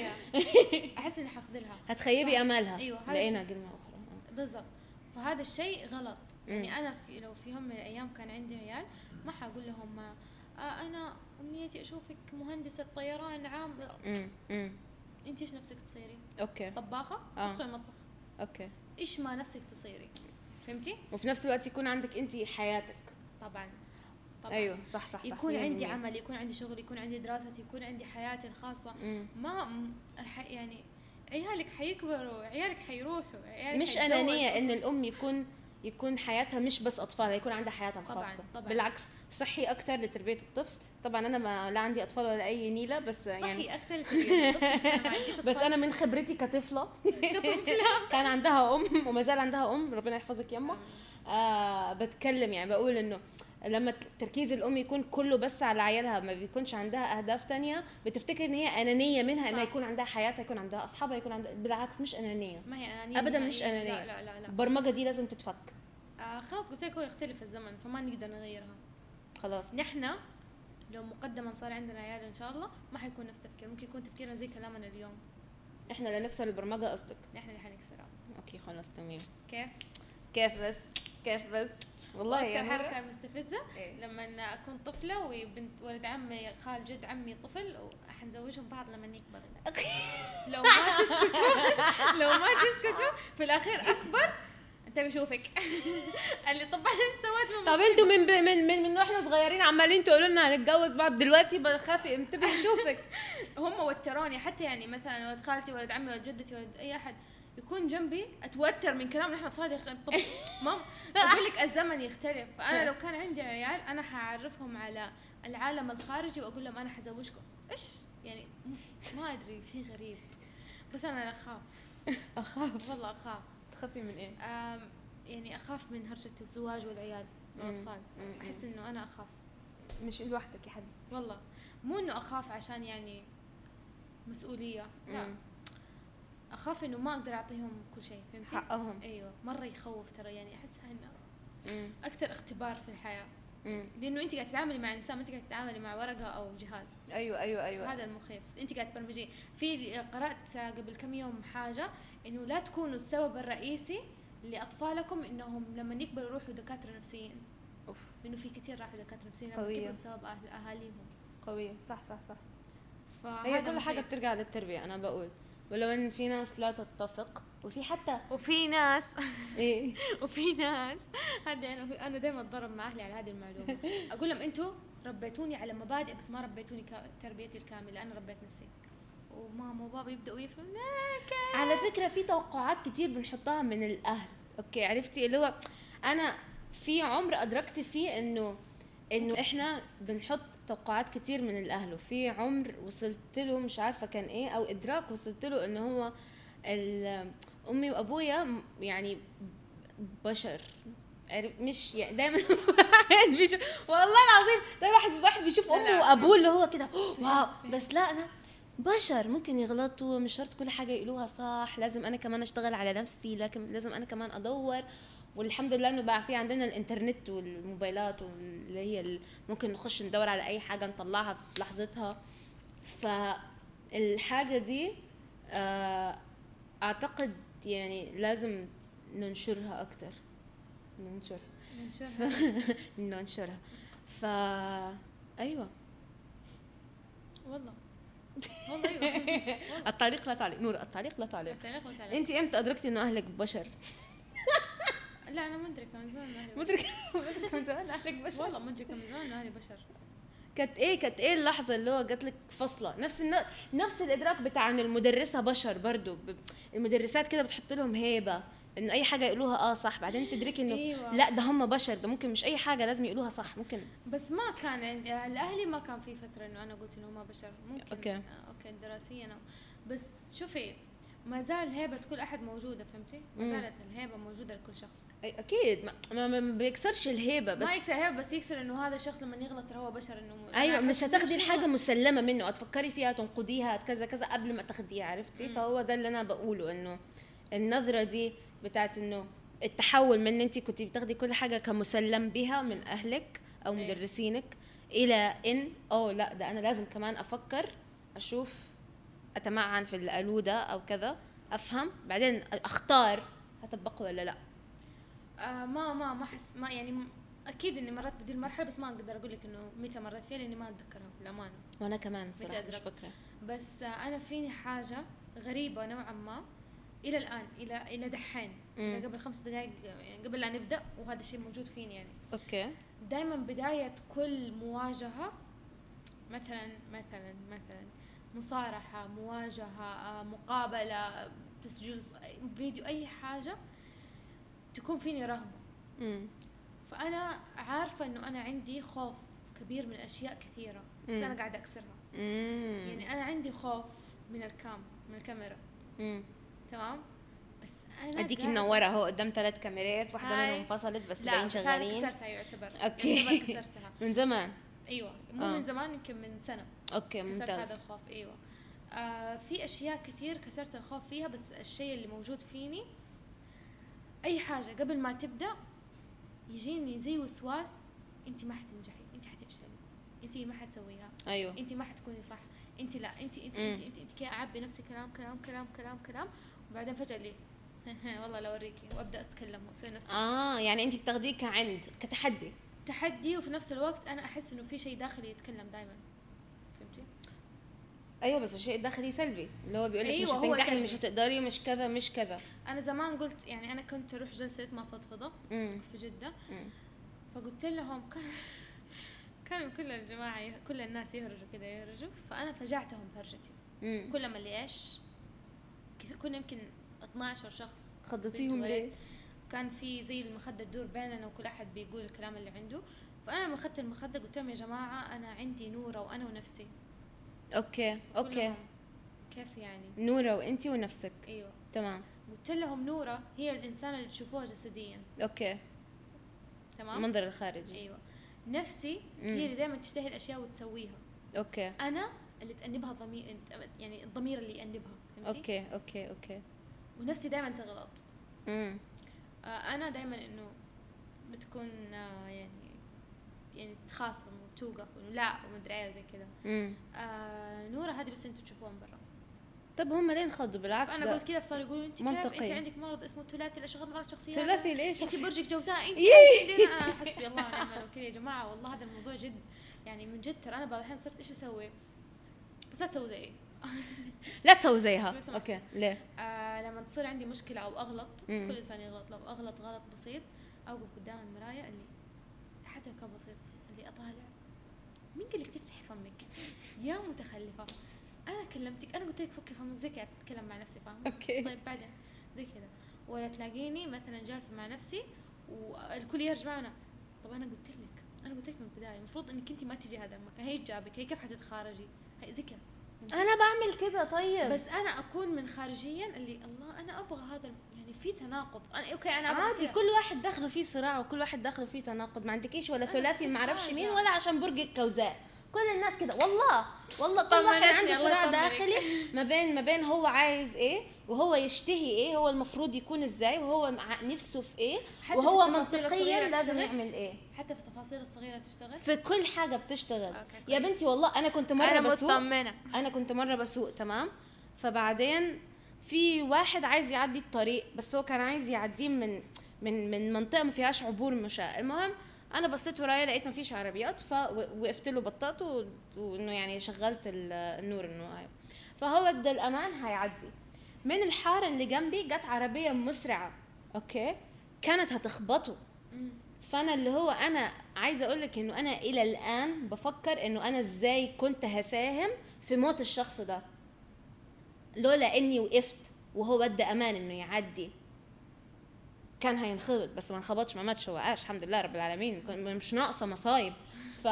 احس اني حخذلها، هتخيبي ف... امالها. ايوه لقينا كلمه اخرى بالضبط. فهذا الشيء غلط. يعني انا في لو في يوم من الايام كان عندي عيال ما حقول لهم آه انا امنيتي اشوفك مهندسه طيران عام. امم انت ايش نفسك تصيري؟ اوكي طباخه آه. تدخلي المطبخ. اوكي ايش ما نفسك تصيري، فهمتي؟ وفي نفس الوقت يكون عندك انت حياتك. طبعا طبعا ايوه صح صح صح. يكون صح. عندي عمل، يكون عندي شغل، يكون عندي دراستي، يكون عندي حياتي الخاصه. مم. ما الح... يعني عيالك حيكبروا، عيالك حيروحوا، عيالك مش انانيه ان الام يكون يكون حياتها مش بس اطفال، يكون عندها حياتها الخاصه. طبعاً. طبعاً. بالعكس صحي اكتر لتربيه الطفل. طبعا انا ما لا عندي اطفال ولا اي نيله، بس يعني صحي اكثر لتربيه الطفل. ما عنديش بس انا من خبرتي كطفله كطفله كان عندها ام وما زال عندها ام، ربنا يحفظك يما. آه بتكلم يعني بقول انه لما تركيز الام يكون كله بس على عيالها، ما بيكونش عندها اهداف تانية، بتفتكر ان هي انانيه منها انها يكون عندها حياتها، يكون عندها اصحابها، يكون عندها. بالعكس مش انانيه، ما هي انانيه ابدا مش انانيه. لا لا لا, لا. البرمجه دي لازم تتفك. آه خلاص قلت لك هو يختلف الزمن فما نقدر نغيرها. خلاص نحن لو مقدما صار عندنا عيال ان شاء الله ما حيكون نفس تفكير، ممكن يكون تفكيرنا زي كلامنا اليوم. احنا اللي نكسر البرمجه قصدك؟ نحن اللي حنكسرها. اوكي خلاص تمام. كيف كيف بس كيف بس والله يا حركه مستفزه. إيه؟ لما اكون طفله وبنت ولد عمي خال جد عمي طفل وحنزوجهم بعض لما يكبروا. لو ما تسكتوا لو ما تسكتوا في الاخير اكبر انت بشوفك. اللي طبعا سويت. طب انتوا من من من من واحنا صغيرين عمالين تقولوا لنا هنتجوز بعض، دلوقتي بخاف انتبهي اشوفك. هم وتروني حتى يعني مثلا ولد خالتي ولد عمي ولد جدتي ولد اي احد يكون جنبي اتوتر من كلام نحن اطفال. طب مام اقول لك الزمن يختلف. فانا لو كان عندي عيال انا حاعرفهم على العالم الخارجي واقول لهم انا حزوجكم. ايش يعني ما ادري شيء غريب بس انا اخاف. اخاف والله اخاف. تخافي من ايه؟ يعني اخاف من هرجة الزواج والعيال والاطفال. احس انه انا اخاف. مش لوحدك يا حبيبتي والله، مو انه اخاف عشان يعني مسؤولية، لا مم. اخاف انه ما اقدر اعطيهم كل شيء، فهمتي؟ حقهم. ايوه مره يخوف ترى، يعني احسها انه اكثر اختبار في الحياه. مم. لانه انت قاعده تتعاملي مع انسان، ما انت قاعده تتعاملي مع ورقه او جهاز. ايوه ايوه ايوه هذا المخيف. انت قاعده تبرمجين. في قرات قبل كم يوم حاجه انه لا تكونوا السبب الرئيسي لاطفالكم انهم لما يكبروا يروحوا دكاتره نفسيين. اوف، لانه في كثير راحوا دكاتره نفسيين لما كبروا بسبب اهل اهاليهم. قويه، صح صح صح. هي كل حاجه بترجع للتربيه انا بقول، ولو ان في ناس لا تتفق وفي حتى وفي ناس ايه وفي ناس هذا يعني انا دائما اتضرب مع اهلي على هذه المعلومه. اقول لهم انتوا ربيتوني على مبادئ بس ما ربيتوني تربيتي الكامله، انا ربيت نفسي. وماما وبابا يبداوا يفهموا. على فكره في توقعات كتير بنحطها من الاهل. اوكي عرفتي اللي هو انا في عمر ادركت فيه انه انه احنا بنحط توقعات كتير من الاهل، وفي عمر وصلت له مش عارفه كان ايه، او ادراك وصلت له انه هو ال- امي وابويا م- يعني بشر، عرف مش يعني دايما واحد بيشوف، والله العظيم دايما واحد واحد بيشوف لا، امه لا، وابوه اللي هو كده واو، فهمت. بس لا انا بشر ممكن يغلطوا، مش شرط كل حاجه يقولوها صح، لازم انا كمان اشتغل على نفسي، لكن لازم انا كمان ادور. والحمد لله انه بقى في عندنا الانترنت والموبايلات واللي هي ال- ممكن نخش ندور على اي حاجه نطلعها في لحظتها. فالحاجه دي آه، اعتقد يعني لازم ننشرها اكتر، ننشرها ننشرها. ننشرها. ف ايوه والله والله ايوه والله. التعليق لا تعليق، نور التعليق لا تعليق. التعليق والتعليق. انت امتى ادركتي انه اهلك بشر؟ لا انا ما ادري كم زمان اهلي بشر. مدرك مدرك من زمان اهلك بشر. والله ما ادري كم زمان اهلي بشر. كانت ايه كانت ايه اللحظه اللي هو جات لك فصله نفس الن... نفس الادراك بتاع ان المدرسه بشر برضو ب... المدرسات كده بتحط لهم هيبه انه اي حاجه يقولوها اه صح، بعدين تدركي انه أيوة. لا ده هم بشر، ده ممكن مش اي حاجه لازم يقولوها صح، ممكن بس ما كان عند- الاهلي ما كان في فتره انه انا قلت انه ما بشر. ممكن أوكي. آه اوكي دراسيا أو- بس شوفي ما زال هيبه كل احد موجوده، فهمتي؟ ما مم. زالت الهيبه موجوده لكل شخص. أي اكيد ما, ما, ما بيكسرش الهيبه، بس ما يكسر هيبه، بس يكسر انه هذا الشخص لما يغلط هو بشر. انه ايوه أنا مش أحس هتاخدي إنه الحاجه شو- مسلمه منه، هتفكري فيها تنقديها كذا كذا قبل ما تاخديها، عرفتي؟ مم. فهو ده اللي انا بقوله، انه النظره دي بتاعت انه التحول من انت كنتي بتاخدي كل حاجه كمسلم بها من اهلك او أيوة. مدرسينك الى ان اوه لا ده انا لازم كمان افكر، اشوف، اتمعن في اللي قالوه ده او كذا، افهم بعدين اختار هطبقه ولا لا. آه ما ما ما احس ما يعني م- اكيد اني مرات بدي المرحله، بس ما اقدر اقول لك انه متى مرت فيها لاني ما اتذكرها بالامانه. وانا كمان صراحه مش أدرك. فاكره. بس آه انا فيني حاجه غريبه نوعا ما الى الان، الى الى دحين، مم. قبل خمس دقائق يعني قبل لا نبدا، وهذا الشيء موجود فيني يعني. اوكي. دائما بدايه كل مواجهه، مثلا مثلا مثلا مصارحه، مواجهه، آه، مقابله، تسجيل ص- فيديو، اي حاجه تكون فيني رهبه. امم فانا عارفه انه انا عندي خوف كبير من اشياء كثيره، بس مم. انا قاعده اكسرها. امم يعني انا عندي خوف من الكام، من الكاميرا، امم تمام؟ بس انا اديكي قاعدة- منوره اهو قدام ثلاث كاميرات، واحده هاي. منهم فصلت بس لا باين بس هذه شغالين. كسرتها يعتبر. أوكي. يعتبر كسرتها. من زمان. ايوه مو آه. من زمان، يمكن من سنه اوكي كسرت ممتاز. هذا الخوف. ايوه آه في اشياء كثير كسرت الخوف فيها، بس الشيء اللي موجود فيني اي حاجه قبل ما تبدا يجيني زي وسواس، انت ما حتنجحي، انت حتفشلي، انت ما حتسويها، ايوه انت ما حتكوني صح، انت لا انت انت مم. انت انت, انت كده اعبي نفسي كلام كلام كلام كلام كلام، وبعدين فجاه لي والله لو اوريكي، وابدا اتكلم واسوي نفسي اه يعني انت بتاخديه كعند كتحدي. تحدي، وفي نفس الوقت انا احس انه في شيء داخلي يتكلم دائما، فهمتي؟ ايوه بس الشيء الداخلي سلبي، اللي هو بيقول لك أيوة، مش هو هتنجحي سلبي. مش هتقدري مش كذا مش كذا. انا زمان قلت يعني انا كنت اروح جلسه اسمها فضفضه امم في جده، امم فقلت لهم كان كانوا كل الجماعه يه- كل الناس يهرجوا كذا يهرجوا، فانا فجعتهم بهرجتي. امم كلما اللي ايش كذا، كنا يمكن اثناشر شخص، خضتيهم بنت ليه؟ ولد. كان في زي المخده تدور بيننا وكل احد بيقول الكلام اللي عنده. فانا لما اخذت المخده قلت لهم يا جماعه انا عندي نوره وانا ونفسي. اوكي اوكي. كلهم كيف يعني؟ نوره وانتي ونفسك. ايوه تمام. قلت لهم نوره هي الانسان اللي تشوفوها جسديا، اوكي. تمام؟ المنظر الخارجي. ايوه. نفسي مم. هي اللي دائما تشتهي الاشياء وتسويها. اوكي انا اللي تأنبها ضمير، يعني الضمير اللي يأنبها، فهمتي؟ اوكي اوكي اوكي. ونفسي دائما تغلط. امم آه انا دائما انه بتكون آه يعني يعني تخاصم وتوقف وإنه لا ومدري ايه وزي كذا. امم آه نورة هذه بس انتوا تشوفوها من برا. طب هم ليه انخضوا؟ بالعكس فانا ده قلت كذا، فصاروا يقولوا انت كيف منطقي. انت عندك مرض اسمه ثلاثي الاشخاص، مرض شخصيات، ثلاثي ليش؟ انت برجك جوزاء، انت إيه. عندنا آه حسبي الله ونعم الوكيل. يا جماعه والله هذا الموضوع جد يعني من جد، ترى انا بعض الاحيان صرت ايش اسوي، بس لا تسوي زيي. لا تسوي زيها. لو سمحت. اوكي ليه؟ آه لما تصير عندي مشكله او اغلط، مم. كل انسان يغلط، لو اغلط غلط بسيط اوقف قدام المرايه اللي حتى لو كان بسيط، اللي اطالع مين قال لك تفتحي فمك يا متخلفه، انا كلمتك، انا قلت لك فكي فمك زي كذا اتكلم مع نفسي، فاهمه؟ اوكي. طيب بعدين زي كذا. ولا تلاقيني مثلا جالسه مع نفسي والكل يرجع معنا، طب انا قلت لك انا قلت لك من البدايه المفروض انك انت ما تجي هذا المكان، هي جابك، هي كيف حتتخارجي، هي زي كذا. انا بعمل كده طيب، بس انا اكون من خارجيا اللي الله انا ابغى هذا، يعني في تناقض. انا اوكي انا ابغى عادي كده. كل واحد داخله فيه صراع وكل واحد داخله فيه تناقض، ما عندكيش ولا ثلاثي ما اعرفش مين ولا عشان برج الكوزاء، كل الناس كده والله والله كل واحد عنده صراع داخلي ما بين ما بين هو عايز ايه وهو يشتهي ايه، هو المفروض يكون ازاي وهو نفسه في ايه وهو منطقيا لازم يعمل ايه. حتى في التفاصيل الصغيره تشتغل، في كل حاجه بتشتغل. يا بنتي والله انا كنت مره أنا بسوق مطمنة. انا كنت مره بسوق تمام، فبعدين في واحد عايز يعدي الطريق بس هو كان عايز يعديه من من من منطقه ما فيهاش عبور مشاة. المهم انا بصيت ورايا لقيت ما فيش عربيات فوقفت له بطاطه وانه يعني شغلت النور انه هاي، فهو ادى الامان هيعدي. من الحاره اللي جنبي جت عربيه مسرعه اوكي كانت هتخبطه. فانا اللي هو انا عايزه اقول لك انه انا الى الان بفكر انه انا ازاي كنت هساهم في موت الشخص ده لولا اني وقفت وهو ادى امان انه يعدي، كان هينخبط بس ما انخبطش ما ماتش هو عاش الحمد لله رب العالمين، مش ناقصه مصايب. ف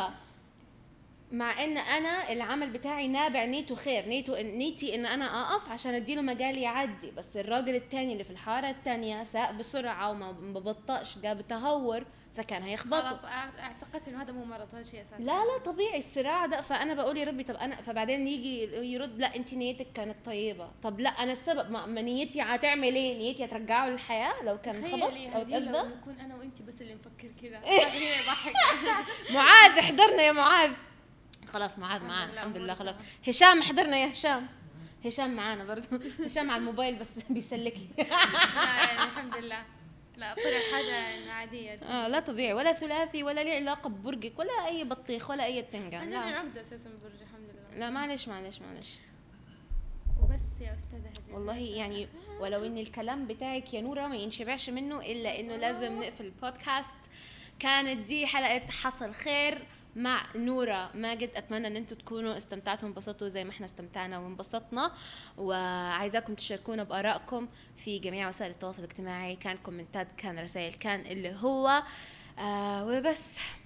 مع ان انا العمل بتاعي نابع نيته خير، نيته نيتي ان انا اقف عشان اديله مجال يعدي، بس الراجل التاني اللي في الحاره التانيه ساق بسرعه وما ببطأش جاب تهور فكان هيخبطه. خلاص اعتقدت انه هذا مو مرض، هذا شيء اساسي. لا لا طبيعي الصراع ده. فانا بقول يا ربي طب انا، فبعدين يجي يرد لا انت نيتك كانت طيبه، طب لا انا السبب ما نيتي هتعمل ايه، نيتي هترجعه للحياه لو كان خبط او اتاذى. لو نكون انا وانت بس اللي نفكر كذا هذا يضحك. معاذ احضرنا يا معاذ. خلاص معاذ معانا الحمد لله. خلاص هشام احضرنا يا هشام. هشام معانا برضو. هشام على الموبايل بس بيسلك لي. الحمد لله. لا طلع حاجه عاديه. اه لا طبيعي ولا ثلاثي ولا لي علاقه ببرجك ولا اي بطيخ ولا اي تنجان. لا انا عقده اساسا ببرج الحمد لله. لا معلش معلش معلش وبس يا استاذه هديه. والله يعني ولو ان الكلام بتاعك يا نوره ما ينشبعش منه الا انه لازم نقفل البودكاست. كانت دي حلقه حصل خير مع نورة ماجد. أتمنى أن أنتم تكونوا استمتعتوا وانبسطوا زي ما احنا استمتعنا وانبسطنا، وعايزاكم تشاركونا بآرائكم في جميع وسائل التواصل الاجتماعي، كان كومنتات كان رسائل كان اللي هو آه وبس.